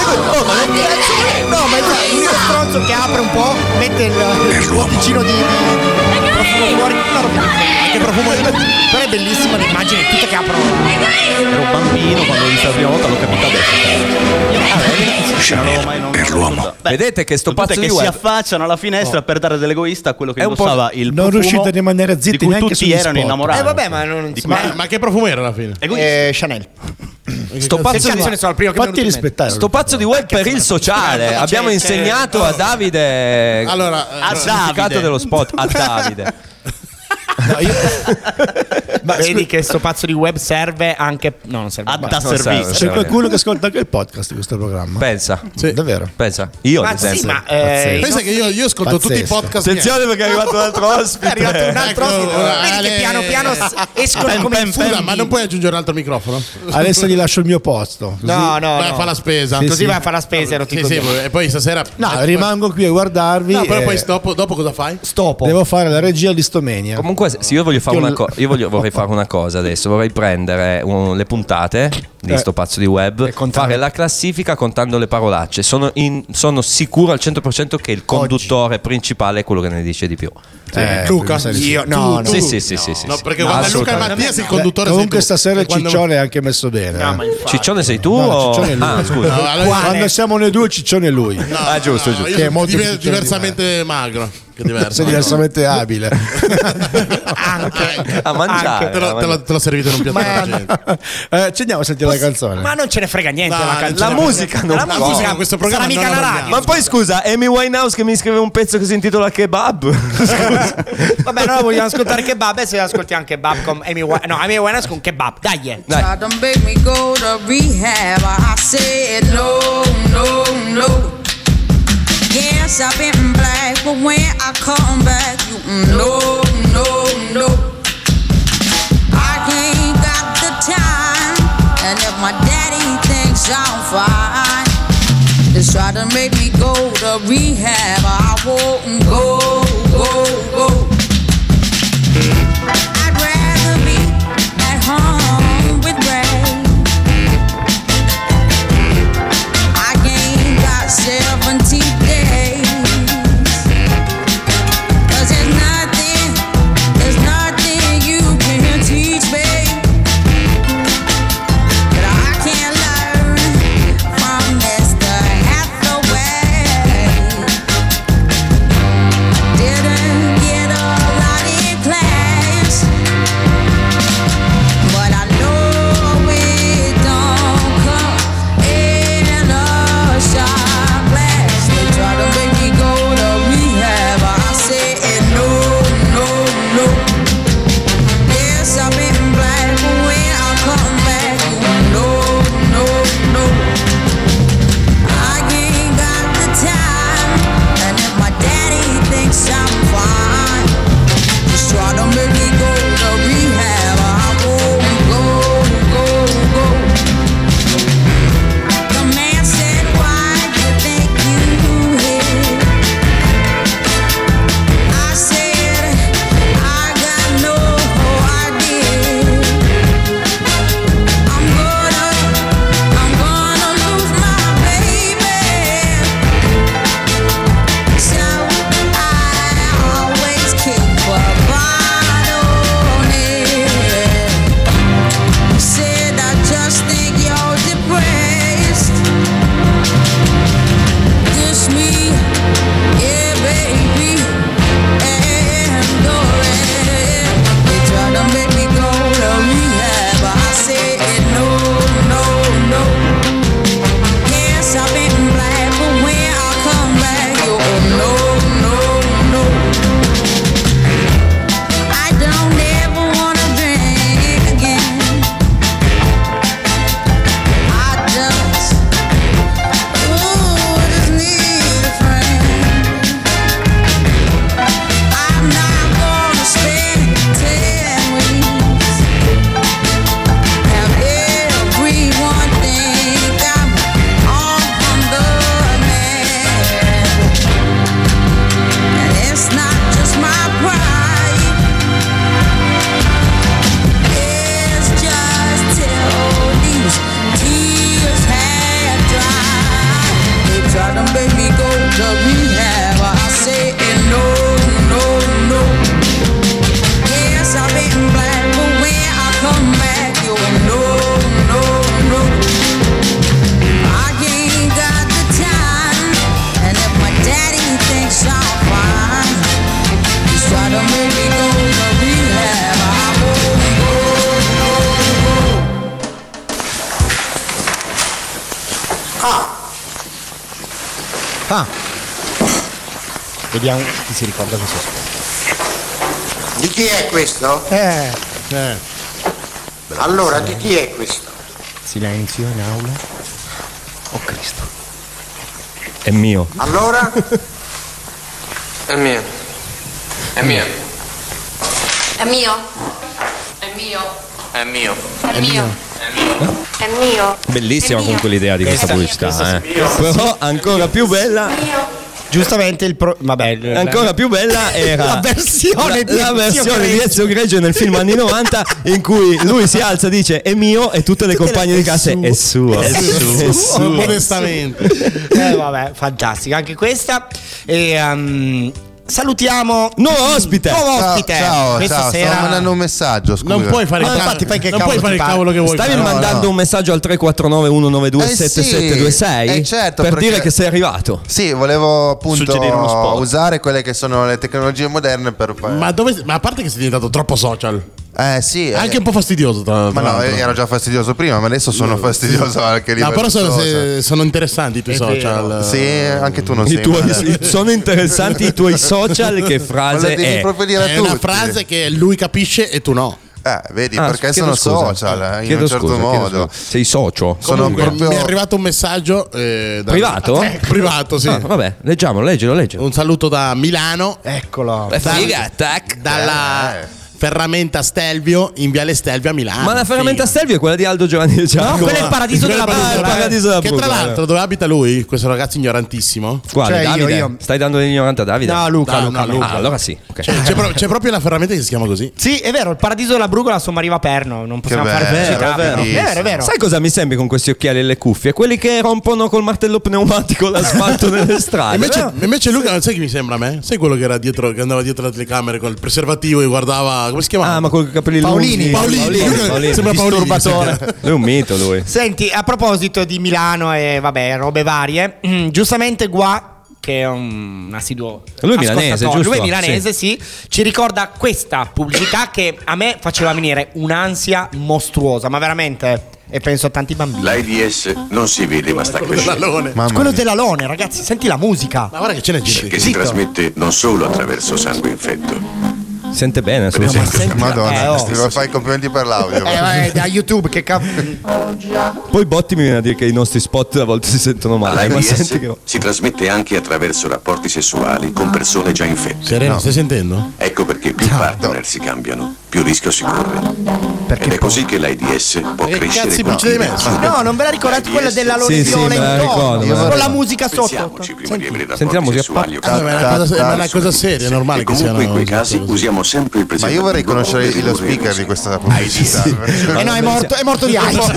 io! No, ma è l'unico stronzo che apre un po', mette il botticino di profumo fuori. Che profumo di... Però è bellissima l'immagine tutta che aprono. Ero bambino quando l'ho vista la prima volta, l'ho capito adesso. Non l'avevo mai Per l'uomo. Vedete che sto Tutte pazzo che di si web affacciano alla finestra per dare dell'egoista a quello che È un po'- indossava il non profumo riuscite a rimanere zitti di cui neanche tutti sugli erano spot. innamorati. Vabbè, ma non Di Ma che profumo era alla fine? Chanel. Sto pazzo di Sono il primo che mi è Fatti venuto in mente. rispettare. Sto pazzo di web per il sociale. Abbiamo insegnato a Davide Allora, il significato dello spot. A Davide. Ma vedi che sto pazzo di web serve anche. No, non serve. A Basta. da non servizio. C'è qualcuno che ascolta anche il podcast di questo programma. Pensa. Davvero. Pensa. Io Ma ad sì, esempio. ma pensa che io ascolto tutti i Pazzesco. podcast. Attenzione perché è arrivato un altro ospite. È arrivato un altro Ecco, ospite. Vedi Ale. che piano piano escono come i Scusa, funghi. ma non puoi aggiungere un altro microfono? Adesso gli lascio il mio posto. Così- No, no, Vai a no. fare la spesa. Sì, Così sì. vai a fare la spesa, ero Sì, sì, e poi stasera. No, rimango qui a guardarvi. No, però e poi dopo cosa fai? Stopo. devo fare la regia di Stomenia. Comunque, se io voglio fare vorrei fare una cosa adesso. Vorrei prendere le puntate di sto pazzo di web, fare la classifica contando le parolacce. Sono sicuro al 100% che il conduttore principale è quello che ne dice di più. Luca, Io no, no. Sì. No, perché quando è Luca e Mattias il conduttore Comunque sei tu. stasera il Quando- Ciccione è anche messo bene. No, ma infatti. Ciccione sei tu? No, o... Ciccione è lui. Ah, scusa. No, allora- Quando siamo noi due, Ciccione è lui. No, Ah, giusto, giusto. Io Che è sono molto più piccolo di diversamente magro. Che diverso. Sei diversamente abile. Anche. A mangiare. Te l'ho servito in un piatto alla gente. Ci andiamo a sentire la canzone. Ma non ce ne frega niente No, la non canzone. ce ne La musica non La può. musica in questo programma sarà mica non la la radio. vogliamo. Ma poi scusa, Amy Winehouse che mi scrive un pezzo che si intitola Kebab. Vabbè, noi vogliamo ascoltare Kebab. Adesso ascoltiamo Kebab con Amy Winehouse. No, Amy Winehouse con Kebab. Dai. Tried to make me go to rehab. I said no, no, no. Yes, I've been black, but when I come back, you no, no, no. I ain't got try to make me go to rehab. I won't go. I'd rather be at home with Ray. I ain't got 70 days. 'Cause there's nothing you can teach me that I can't learn from Mr. Hathaway. Didn't get a lot in class, but I know it don't come in a shot glass. They try to make me go to rehab. I said no. Yes, I've been black, but when I come back, no. I ain't got the time, and if my daddy thinks I'm fine, just try to make me go to rehab. I won't go. The man said, why do you think you hit? I said, I got no idea. I'm gonna lose my baby. So I always keep a bottle near. Said I just think you're depressed. Dish me, yeah, baby, and go ahead. They try to make me go to rehab. I said no. Yes, I've been black, but when I come back, you're no. I don't ever wanna drink again. I just need a friend. I'm not gonna spend 10 weeks. Have everyone think I'm on the man. And it's not just my pride. It's just till these tears have dried. They try to make me go to rehab. I say no. Yes, I've been black, but when I come back, you're no. I ain't got the time, and if my daddy thinks I'm fine, just try to make me go to rehab. I won't Vediamo chi si ricorda questo spot. Di chi è questo? Allora, di chi è questo? Silenzio in aula. Oh Cristo. È mio. Allora? È mio. È mio. È mio. È mio. Bellissima comunque l'idea di questa pubblicità, però ancora più bella. Giustamente ancora più bella era la versione di Ezio Greggio nel film anni 90 in cui lui si alza, dice è mio e tutte le compagne di classe è suo. Modestamente. Vabbè, fantastica anche questa. E salutiamo nuovo ospite. Ciao, questa sera stavo mandando un messaggio, scusa. Non puoi fare il cavolo che vuoi. Stavi mandando un messaggio al 349 192 7726 certo, per dire che sei arrivato. Sì, volevo appunto usare quelle che sono le tecnologie moderne per ma a parte che sei diventato troppo social. Sì. Anche un po' fastidioso tra ma no, ero già fastidioso prima, ma adesso sono fastidioso anche lì. No, però sono interessanti i tuoi social. Sì, anche tu non sei. Sono interessanti i tuoi social. Che frase è? Devi proprio dire a tutti. Una frase che lui capisce e tu no. Vedi, perché sono social in un certo modo. Sei socio. Mi è arrivato un messaggio privato? Privato, sì. Vabbè, leggilo. Un saluto da Milano. Eccolo. Ferramenta Stelvio in Viale Stelvio a Milano. Ma la ferramenta Stelvio è quella di Aldo Giovanni De Giacomo. No, quello è il paradiso della Brugola. Che tra l'altro dove abita lui, questo ragazzo ignorantissimo? Quale, Cioè, Davide? io. Stai dando l'ignorante a Davide? No, Luca. Ah, allora sì. Okay. C'è proprio la ferramenta che si chiama così. Sì, è vero, il paradiso della Brugola a Sommariva Perno. Non possiamo fare bello, pubblicità. È vero. Sai cosa mi sembri con questi occhiali e le cuffie? Quelli che rompono col martello pneumatico l'asfalto nelle strade. Invece Luca, non sai chi mi sembra a me? Sai quello che era dietro, che andava dietro la telecamera col preservativo e guardava. Come si chiamava? Ah, ma col capelli Paolini. Sembra Paolini. Lui è un mito, lui. Senti, a proposito di Milano e vabbè, robe varie, giustamente Gua, che è un assiduo lui è milanese, giusto? Lui è milanese, sì. Ci ricorda questa pubblicità che a me faceva venire un'ansia mostruosa, ma veramente, e penso a tanti bambini. L'AIDS non si vede ma sta crescendo. Quello dell'alone, ragazzi, senti la musica. Ma guarda che ce n'è gente che si trasmette non solo attraverso sangue infetto. Sente bene, Per esempio, Madonna, ti fai complimenti per l'audio. Da YouTube che Poi Botti mi viene a dire che i nostri spot a volte si sentono male. Ma l'AIDS senti che... si trasmette anche attraverso rapporti sessuali con persone già infette. Sereno, stai sentendo? Ecco perché più partner si cambiano, più rischio si corre. Ed è così che l'AIDS può crescere continuamente. No, non ve la ricordate quella dell'alone violento? Con la musica sotto. Senti la musica. È una cosa seria, è normale che sia. Comunque in quei casi usiamo sempre il Ma preservativo. io vorrei conoscere lo speaker di questa pubblicità. No, è morto di AIDS.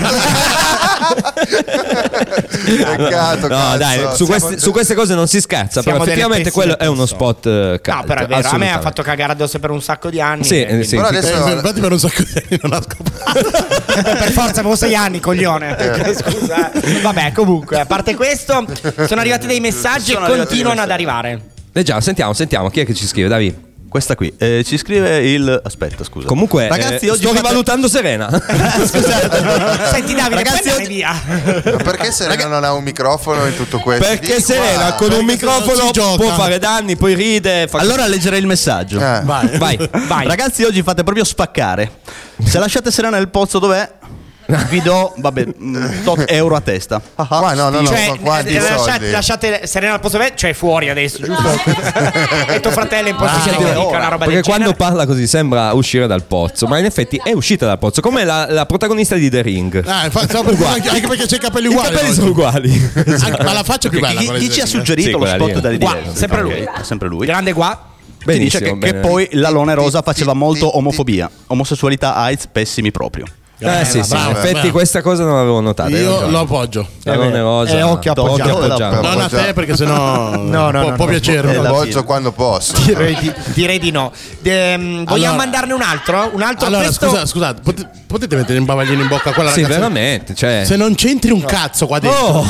Peccato, no, dai, su queste cose non si scherza. Però effettivamente quello è uno spot caldo. No, però è vero, a me ha fatto cagare addosso per un sacco di anni. Sì. Però adesso infatti per un sacco di anni non ha scopato. Per forza, avevo 6 anni, coglione. Scusa. Vabbè, comunque, a parte questo, sono arrivati dei messaggi e continuano ad arrivare. Già, sentiamo. Chi è che ci scrive, Davide? Questa qui ci scrive il. Aspetta, scusa. Comunque, ragazzi, oggi sto rivalutando Serena. Scusate. Senti, Davide, ragazzi, oggi... via. Perché Serena non ha un microfono in tutto questo? Perché Serena con un microfono può fare danni, poi ride. Allora leggerei il messaggio. Vai. Ragazzi, oggi fate proprio spaccare. Se lasciate Serena nel pozzo dov'è? Vi do, tot euro a testa. No, cioè, quanti soldi? lasciate Serena al posto, cioè fuori adesso, giusto? E tuo fratello in posizione che dica una roba perché del quando genere. parla così sembra uscire dal pozzo, ma in effetti è uscita dal pozzo, come la protagonista di The Ring. Anche perché c'è i capelli I uguali. capelli sono uguali. Ma la faccia è più bella. Chi ci ha suggerito lo spot dell'idea? Sempre lui. Grande Gua. Benissimo, dice che poi l'alone rosa faceva molto omofobia, omosessualità, AIDS, pessimi proprio. Sì, in effetti questa cosa non l'avevo notata. Io lo appoggio. L'alone rosa. Occhio appoggiato. Non a te perché sennò può piacermi. Lo appoggio quando posso. Direi di no. Vogliamo mandarne un altro? Allora, questo... scusate, potete mettere un bavaglino in bocca a quella ragazza? Sì, veramente. Cioè... Se non c'entri un cazzo qua dentro,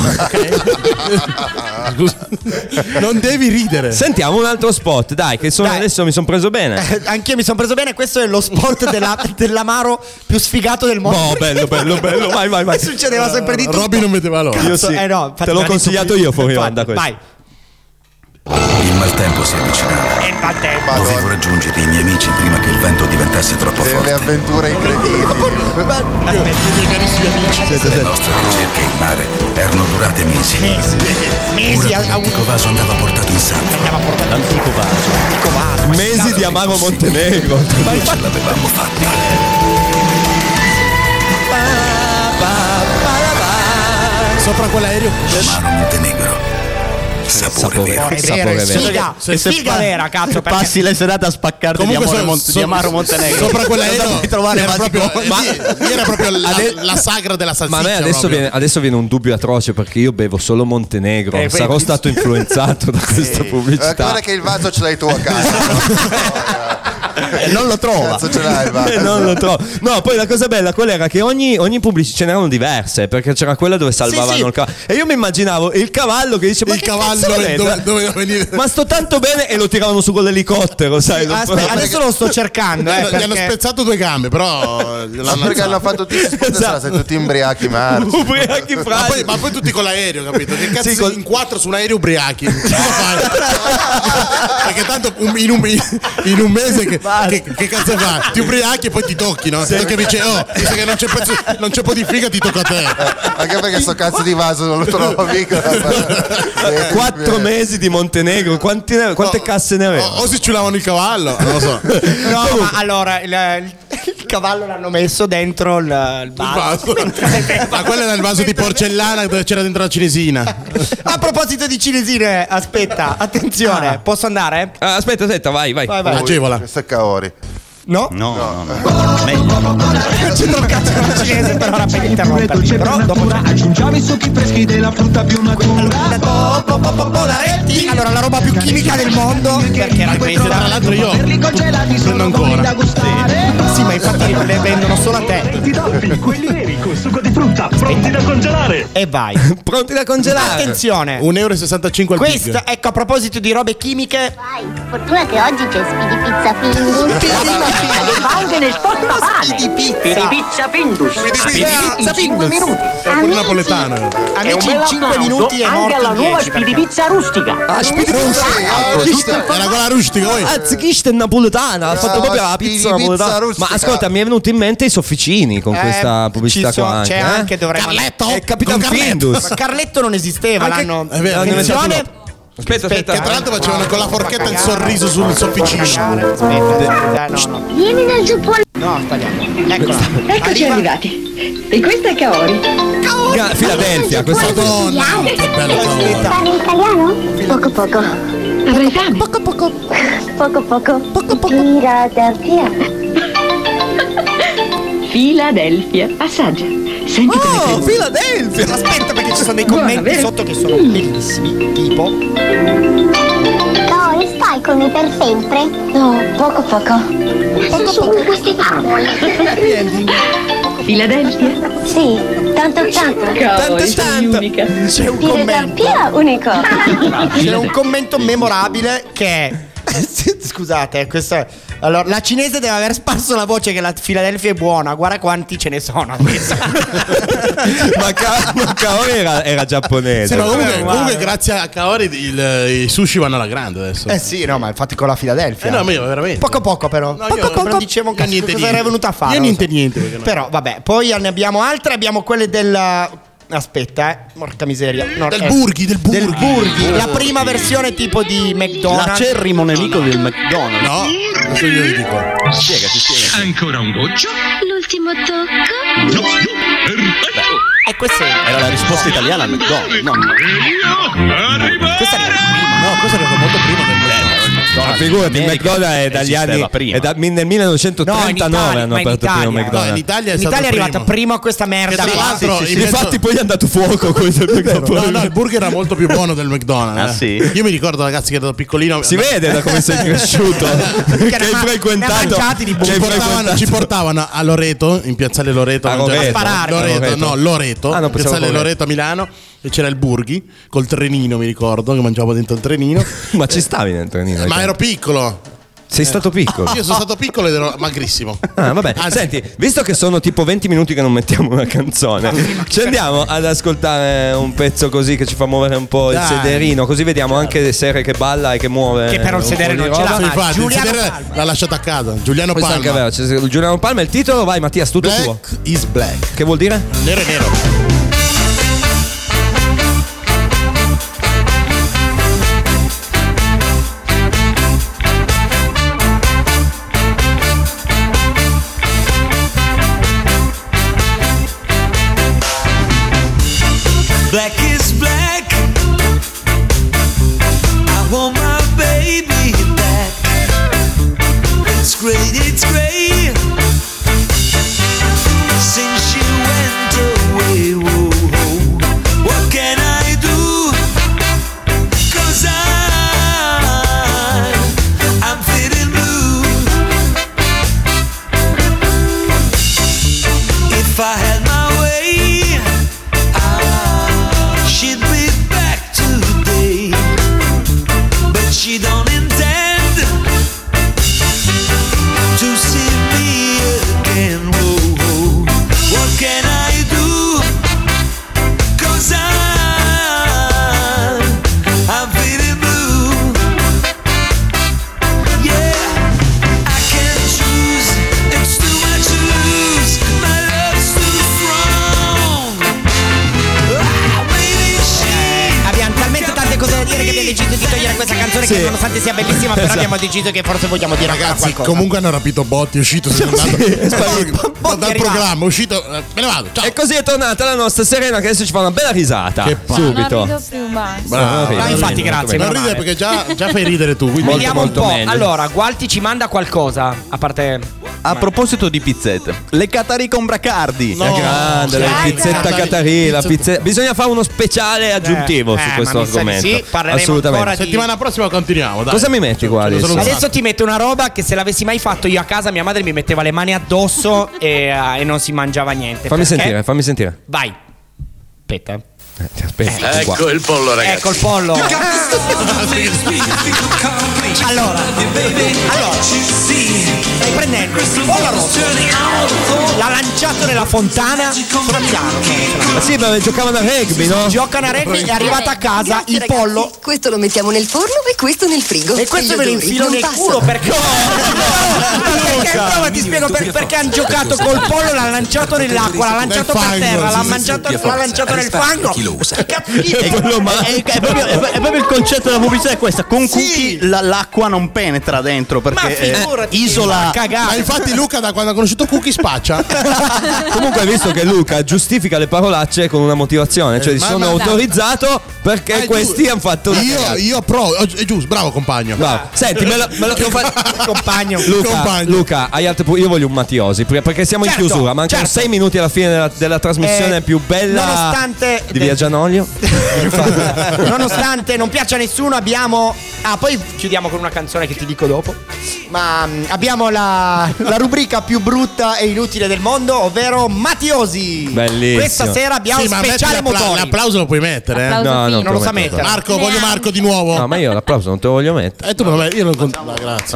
non devi ridere. Sentiamo un altro spot, dai, che adesso mi sono preso bene. Anch'io mi sono preso bene. Questo è lo spot dell'amaro più sfigato del mondo. No, bello, vai. Succedeva sempre di tutto. Robby non vedeva l'ora. Io sì. No, te l'ho consigliato io fuori onda questo. Vai. Il maltempo si avvicinava. Il maltempo. Dovevo raggiungere i miei amici prima che il vento diventasse troppo forte. Delle avventure incredibili. Le nostre ricerche in mare erano durate mesi. Ora l'antico vaso andava portato in salvo. L'antico vaso. Mesi di amaro Montenegro. Ma ce l'avevamo fatta. Sopra quell'aereo. Amaro Montenegro. Sapore vero. Sfiga vera, cazzo. Passi le serate a spaccarti di amaro Montenegro. Sopra quell'aereo era proprio la sagra della salsiccia. Ma a me adesso viene un dubbio atroce, perché io bevo solo Montenegro. Sarò stato influenzato da questa pubblicità. Guarda che il vaso ce l'hai tu a casa. Non lo trova. Cazzo ce l'hai il vaso. Non lo trovo. No, poi la cosa bella qual era? Che ogni pubblicità ce n'erano diverse, perché c'era quella dove salvavano il cavallo. E io mi immaginavo il cavallo che dice: ma il che cavallo dove venire? Ma sto tanto bene, e lo tiravano su con l'elicottero, sai? Aspetta, adesso lo sto cercando. Gli hanno spezzato 2 gambe, però. Perché hanno fatto tutti sei tutti ubriachi marci. Ubriachi frasi. Ma poi tutti con l'aereo, capito? Che cazzo in 4 su un aereo ubriachi? Cosa fai? Perché tanto in un mese che cazzo fa? Ti ubriachi e poi ti tocchi, no? Sì. Che dice, visto che non c'è un po' di figa, ti tocca a te. Anche perché sto cazzo di vaso non lo trovo mica. 4 mesi di Montenegro, quante casse ne aveva? O si ciulavano il cavallo, non lo so. No, ma allora il cavallo l'hanno messo dentro il vaso. Ma quello era il vaso di porcellana dove c'era dentro la cinesina. A proposito di cinesine, aspetta, attenzione, posso andare? Aspetta, vai. Agevola. Questo è Kaori. No? No. Meglio. Non c'entra un cazzo con il cinese per ora per interrompermi. Però dopo aggiungiamo i succhi freschi della frutta più matura. Allora, la roba più chimica del mondo, perché era questo. Tra l'altro io sono ancora da gustare. Sì, ma infatti le vendono solo a te. Quelli veri con succo di frutta, pronti da congelare. E vai. Pronti da congelare. Attenzione. 1,65 € al questa, ecco, a proposito di robe chimiche. Vai, fortuna che oggi c'è Speedy Pizza Findus. Anche nel portapane. Speedy Pizza Findus. Pizza 5 minuti. È un napoletano. Amici, in 5 minuti è anche morto alla nuova 10, Speedy Pizza rustica. Speedy Pizza. Era quella rustica, poi. Questa è napoletana. Ha fatto proprio la pizza napoletana. Ma ascolta, mi è venuto in mente i sofficini con questa pubblicità qua anche. C'è anche, dovremmo. Carletto? È Capitan Findus. Ma Carletto non esisteva, l'hanno. È vero, Attenzione. Aspetta. che tra l'altro facevano con la forchetta il sorriso sul sofficino. Aspetta, no. Vieni dal Giappone. No, tagliamo. Eccola. Eccoci arrivati. E questa è Kaori. Philadelphia, questa Madonna, che bello Kaori. Parli italiano? Poco poco. Avrai fame? Poco. Philadelphia. Assaggia. Senti come credo. Philadelphia. Aspetta, perché ci sono dei commenti sotto che sono bellissimi. Tipo. Kaori, stai con me per sempre? No, poco. Sono queste favole. Philadelphia? Sì, tanto. Kaori, sei unica. C'è un Philadelphia, unico. C'è un commento memorabile che è. Scusate, questo è. Allora, la cinese deve aver sparso la voce che la Philadelphia è buona. Guarda quanti ce ne sono. ma Kaori era giapponese. Sì, ma comunque grazie a Kaori i sushi vanno alla grande adesso. Sì, no, ma infatti con la Philadelphia. No, ma io veramente. Poco però. No, poco. Non dicevo un cazzo cosa era venuta a fare. Io niente. Però vabbè, poi ne abbiamo altre, abbiamo quelle del. Aspetta, porca miseria. No, del Burghi. La prima versione tipo di McDonald's. L'acerrimo nemico del McDonald's. No, adesso io vi dico. Spiega. Ancora un goccio? L'ultimo tocco? No, perfetto. E questa Era la risposta italiana al McDonald's. No. Questa era la prima. No, questo era molto prima del Ma figurati, il McDonald's è dagli anni prima. è nel 1939 hanno aperto il primo McDonald's. No, in Italia è arrivata prima questa merda. Tra l'altro, infatti poi è andato fuoco questo. No, il burger era molto più buono del McDonald's. Ah, sì? Io mi ricordo, ragazzi, che ero piccolino. Si vede da come sei cresciuto. Che hai frequentato. Ci portavano a Loreto, in piazzale Loreto, a sparare. Loreto, piazzale Loreto a Milano. E c'era il Burghi col trenino, mi ricordo, che mangiavo dentro il trenino. Ma ci stavi nel trenino? Ma ero piccolo. Sei stato piccolo? Io sono stato piccolo ed ero magrissimo. Vabbè. Senti, visto che sono tipo 20 minuti che non mettiamo una canzone, ci andiamo ad ascoltare un pezzo così che ci fa muovere un po' il sederino, così vediamo anche Sere che balla e che muove. Che però il sedere non ce l'ha. Infatti, il sedere l'ha lasciato a casa. Giuliano Palma. Anche vero, Giuliano Palma, il titolo, vai Mattias, tutto tuo. Black is black. Che vuol dire? Nero è nero. Black is black. I want my baby back. It's great. Since you went away. questa canzone che nonostante sia bellissima, però abbiamo deciso che forse vogliamo dire qualcosa. Comunque hanno rapito Botti, è uscito, se è andato dal programma, è uscito, me ne vado, ciao. E così è tornata la nostra Serena che adesso ci fa una bella risata. Che subito. Non rido più, basta. Brava. Infatti, grazie. Non ride perché già fai ridere tu. Quindi Vediamo un po'. meglio. Allora, Gualti ci manda qualcosa. A parte. A proposito di pizzette, le Catari con Bracardi. La grande, la pizzetta Catari, la pizzetta. Bisogna fare uno speciale aggiuntivo su questo argomento. Sì, parleremo assolutamente. ancora di... settimana prossima continuiamo, dai. Cosa mi metti, guarda? Adesso ti metto una roba che se l'avessi mai fatto io a casa, mia madre mi metteva le mani addosso e non si mangiava niente. Fammi Perché? sentire. Vai. Aspetta. Ti aspetta. Ecco il pollo, ragazzi. Ecco il pollo. Allora, stai prendendo il pollo rosso, l'ha lanciato nella fontana. Sono a Milano. Ma sì, ma giocavano a rugby, no? Giocano a rugby, è arrivato a casa il pollo. Questo lo mettiamo nel forno e questo nel frigo. E questo me lo infilo nel culo perché. Perché prova, ti spiego perché hanno giocato col pollo, l'ha lanciato nell'acqua, l'ha lanciato per terra, l'ha lanciato nel fango. È proprio il concetto della pubblicità è questa. Con cookie l'acqua non penetra dentro perché isola. Ma infatti Luca da quando ha conosciuto Cookie spaccia. Comunque hai visto che Luca giustifica le parolacce con una motivazione, cioè sono autorizzato perché questi hanno fatto io provo, è giusto, bravo compagno. Bravo. Senti, me lo compagno. Luca, hai altre io voglio un Matiosi perché siamo in chiusura, mancano 6 minuti alla fine della trasmissione più bella nonostante di Via Gianolio. Nonostante non piaccia a nessuno, abbiamo. Poi chiudiamo con una canzone che ti dico dopo. Ma abbiamo la rubrica più brutta e inutile del mondo, ovvero Matiosi. Bellissimo. Questa sera abbiamo speciale motori. L'applauso lo puoi mettere, No, non lo sa mettere. Marco, voglio Marco di nuovo. No, ma io l'applauso non te lo voglio mettere. Tu io non no, grazie.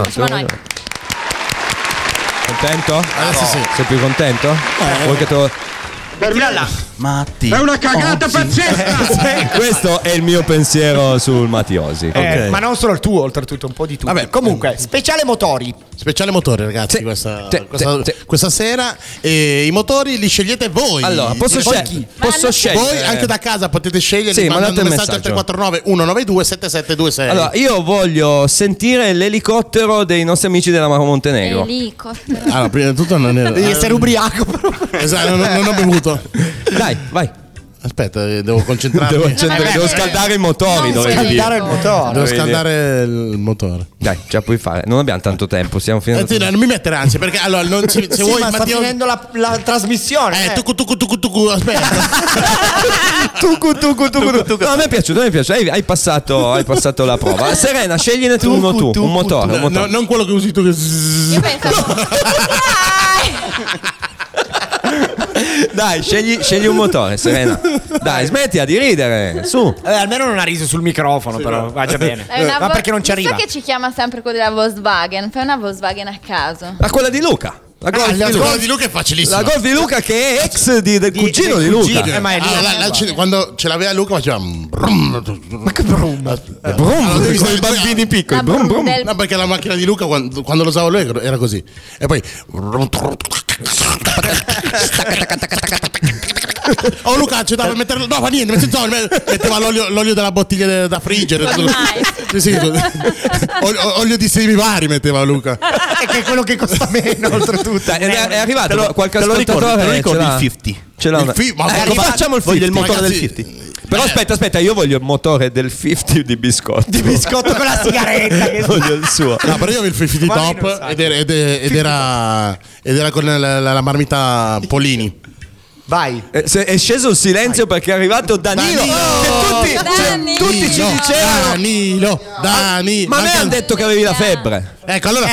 Contento? Adesso sì. Sei più contento? Vuoi che te lo... Matti. È una cagata pazzesca. Questo è il mio pensiero sul Matiosi. Ma non solo il tuo, oltretutto un po' di tutti. Vabbè, comunque, speciale motori. Speciale motori, ragazzi, questa sera. E i motori li scegliete voi. Allora, posso scegliere. Voi anche da casa potete scegliere. Sì, mandando un messaggio al 349 192 7726. Allora, io voglio sentire l'elicottero dei nostri amici della Maro Montenegro. Elicottero. Allora, prima di tutto non Devi essere ubriaco. Esatto, non ho bevuto. Dai, vai. Aspetta, devo concentrarmi. Devo scaldare i motori. Devo scaldare il motore. Dai, ce la puoi fare. Non abbiamo tanto tempo. Stiamo finendo. Non mi mettere ansia perché allora se vuoi. Ma sta finendo la trasmissione. Tucu, aspetta. Tucu. No, a me è piaciuto. Hai passato la prova. Serena, scegliene tu uno tu. Un motore. Non quello che usi tu. Io pensavo. Dai, scegli un motore, Serena. Dai, smettila di ridere. Su. Almeno non ha riso sul microfono, però va già bene. Ma perché non ci arriva? So che ci chiama sempre quello della Volkswagen. Fai una Volkswagen a caso. Ma quella di Luca. La Golf di Luca è facilissima. La Golf di Luca che è ex del cugino di Luca. Ma è lì. Quando ce l'aveva Luca faceva Ma che brum? Con i bambini piccoli. No, perché la macchina di Luca quando lo usava lui era così. E poi oh Luca c'è da mettere. No, fa niente, metteva l'olio della bottiglia da friggere. Sì, olio di semi vari metteva Luca. Che è quello che costa meno, oltretutto. È arrivato qualche ascoltatore. Te lo ricordi il 50? Ce l'ha facciamo il 50. Voglio il motore del 50. Però aspetta, io voglio il motore del 50 di biscotto. Di biscotto con la sigaretta. Voglio il suo. No, però io avevo il 50 top ed era con la marmita Polini. Vai. È sceso il silenzio perché è arrivato Danilo. Che tutti ci dicevano Danilo. Ma a me hanno detto che avevi la febbre. Ecco, allora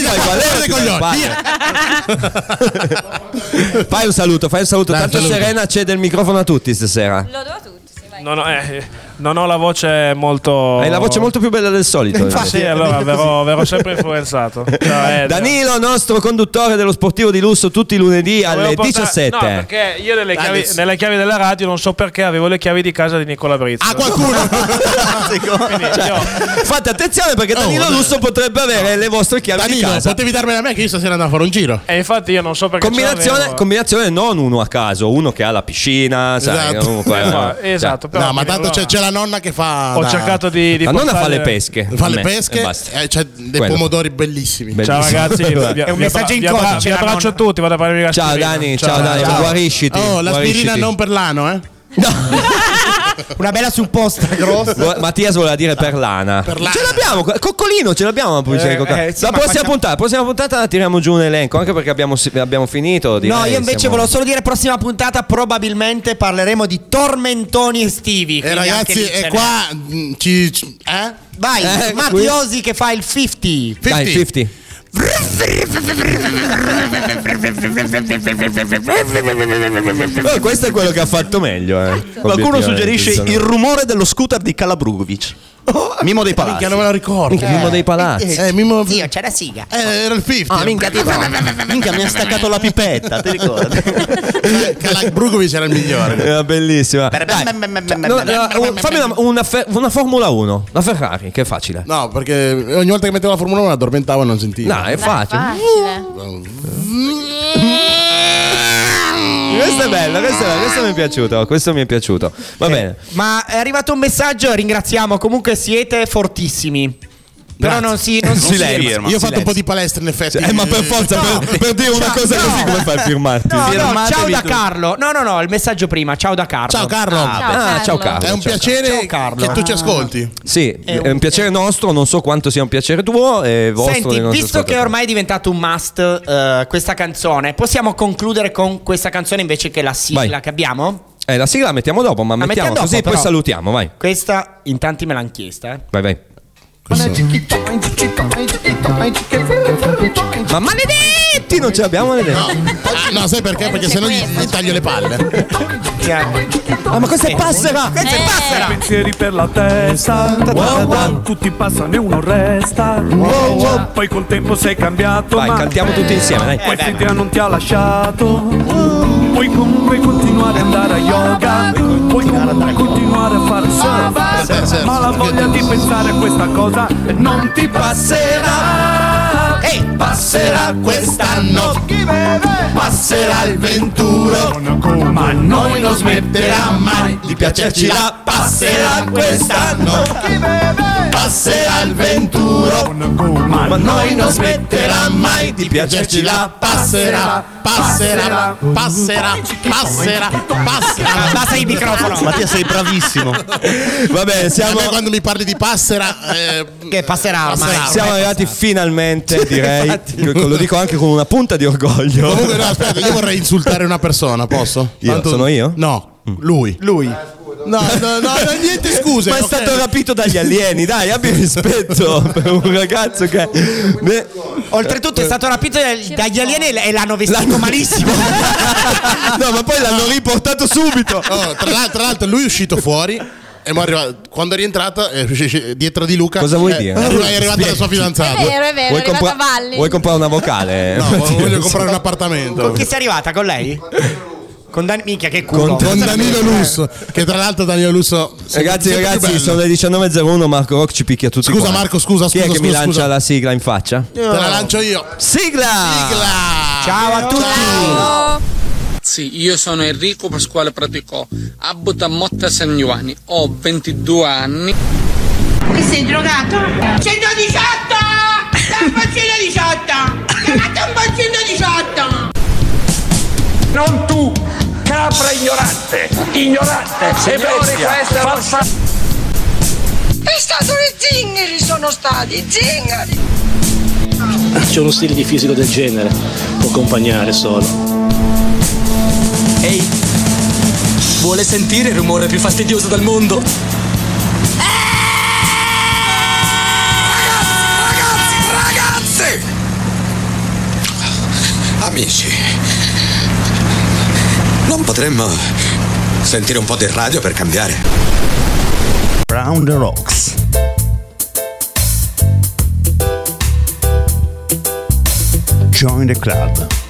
fai un saluto. Tanto Serena cede il microfono a tutti stasera. Lo do a tutti. Non ho la voce molto. Hai la voce molto più bella del solito. Sì, allora verrò sempre influenzato. Danilo, nostro conduttore dello Sportivo di Lusso, tutti i lunedì alle 17. No, perché io nelle chiavi della radio non so perché avevo le chiavi di casa di Nicola Brizio. Ah, qualcuno! Fate attenzione perché Danilo Lusso potrebbe avere le vostre chiavi di casa. Potevi darmene a me che io stasera andavo a fare un giro. E infatti io non so perché. Combinazione non uno a caso, uno che ha la piscina, sai. Esatto. Cioè, no, ma tanto c'è la nonna che fa. Ho cercato di La nonna fa portare- le pesche. Fa le E pesche, basta. c'è dei Quello. pomodori bellissimi. Ciao ragazzi, È un messaggio in codice, Vi la abbraccio nonna. tutti, vado a fare la Ciao Dani, ciao Dani, guarisciti. Oh, l'aspirina guarisciti. non per l'ano, Una bella supposta grossa. Mattias voleva dire perlana. Ce l'abbiamo, Coccolino, ce l'abbiamo la pubblicità di Coccolino. sì, La ma prossima puntata la tiriamo giù un elenco, anche perché abbiamo finito. direi, No, io invece siamo- volevo solo dire prossima puntata probabilmente parleremo di tormentoni estivi. E quindi anche ragazzi, lì ce e n'è. qua Vai, Mattiosi che fa il 50. Dai, 50. Questo è quello che ha fatto meglio. Qualcuno suggerisce il rumore dello scooter di Kalabrugovic. Mimo dei Palazzi. Minchia, non me la ricordo. Minchia, Mimo dei Palazzi. Mimo... Zio, c'è la siga. Era il 50. Ah, minchia, tipo. Minchia, mi ha staccato la pipetta, ti ricordi? Kalabrugovic era il migliore. Era bellissima. Fammi una Formula 1, la Ferrari, che è facile. No, perché ogni volta che mettevo la Formula 1 mi addormentavo e non sentivo. No, è facile. Facile. Questo è bello, questo mi è piaciuto. Va bene. Ma è arrivato un messaggio, ringraziamo, comunque siete fortissimi. Però non si Silenzio. Io ho fatto un po' di palestra in effetti. Ma per forza, per dire una cosa così, come fai a firmarti? No, ciao da Carlo. No, il messaggio prima. Ciao da Carlo. Ciao Carlo. Ciao Carlo. È un piacere che tu ci ascolti. Sì, è un piacere nostro, non so quanto sia un piacere tuo e vostro. Senti, dei nostri visto che ascoltatori. ormai è diventato un must questa canzone, possiamo concludere con questa canzone invece che la sigla Vai. che abbiamo? La sigla la mettiamo dopo, ma mettiamo mettiamo così dopo, poi però. salutiamo, vai. Questa in tanti me l'hanno chiesta. Vai. Ma maledetti, non ce l'abbiamo maledetti. No, sai perché? Perché sennò gli taglio le palle. Ma questa è Passera! Questa è Passera! Pensieri per la testa, tutti passano e uno resta. Poi col tempo sei cambiato. Vai, ma cantiamo tutti insieme, dai. questa idea non ti ha lasciato. Puoi comunque continuare ad andare a yoga, puoi comunque continuare a fare surf, ma la voglia di pensare a questa cosa non ti passerà. Passerà quest'anno, passerà il 21, ma noi non smetterà mai di piacerci la. Passerà quest'anno, passerà il 21, ma noi non smetterà mai di piacerci la. Passerà. Passerà. Basta il microfono. Mattia, sei bravissimo. Va bene, siamo quando mi parli di Passera, che passerà ormai. Siamo arrivati finalmente, direi. Lo dico anche con una punta di orgoglio. Comunque, no, aspetta, io vorrei insultare una persona, posso? Sono io? No, lui. No, niente scuse. Ma è stato rapito dagli alieni, dai, abbi rispetto per un ragazzo che. Oltretutto è stato rapito dagli alieni e l'hanno vestito malissimo. No, ma poi l'hanno riportato subito. Oh, tra l'altro, lui è uscito fuori. E quando è rientrato dietro di Luca. Cosa vuoi dire? È arrivata la sua fidanzata. È vero, è arrivata a Valli. Vuoi comprare una vocale? No, voglio comprare un appartamento. Con chi sei arrivata? Con lei? Con minchia, che culo. Con Danilo Lusso. Che tra l'altro Danilo Lusso. Ragazzi, sono le 19.01. Marco Rock ci picchia tutti. Scusa, quanti. Marco, scusa. Chi è che mi lancia la sigla in faccia? Te la lancio io. Sigla! Ciao a tutti. Sì, io sono Enrico Pasquale Praticò, abito a Motta San Giovanni, ho 22 anni. Che sei drogato? 118! Dai un boccino 18! Chiamate un boccino 18! Non tu, capra ignorante, sei bestia, falsa. È stato le zingari, sono stati zingari! C'è uno stile di fisico del genere, può accompagnare solo. Ehi, vuole sentire il rumore più fastidioso del mondo? Ragazzi! Amici, non potremmo sentire un po' del radio per cambiare? Round the Rocks. Join the club.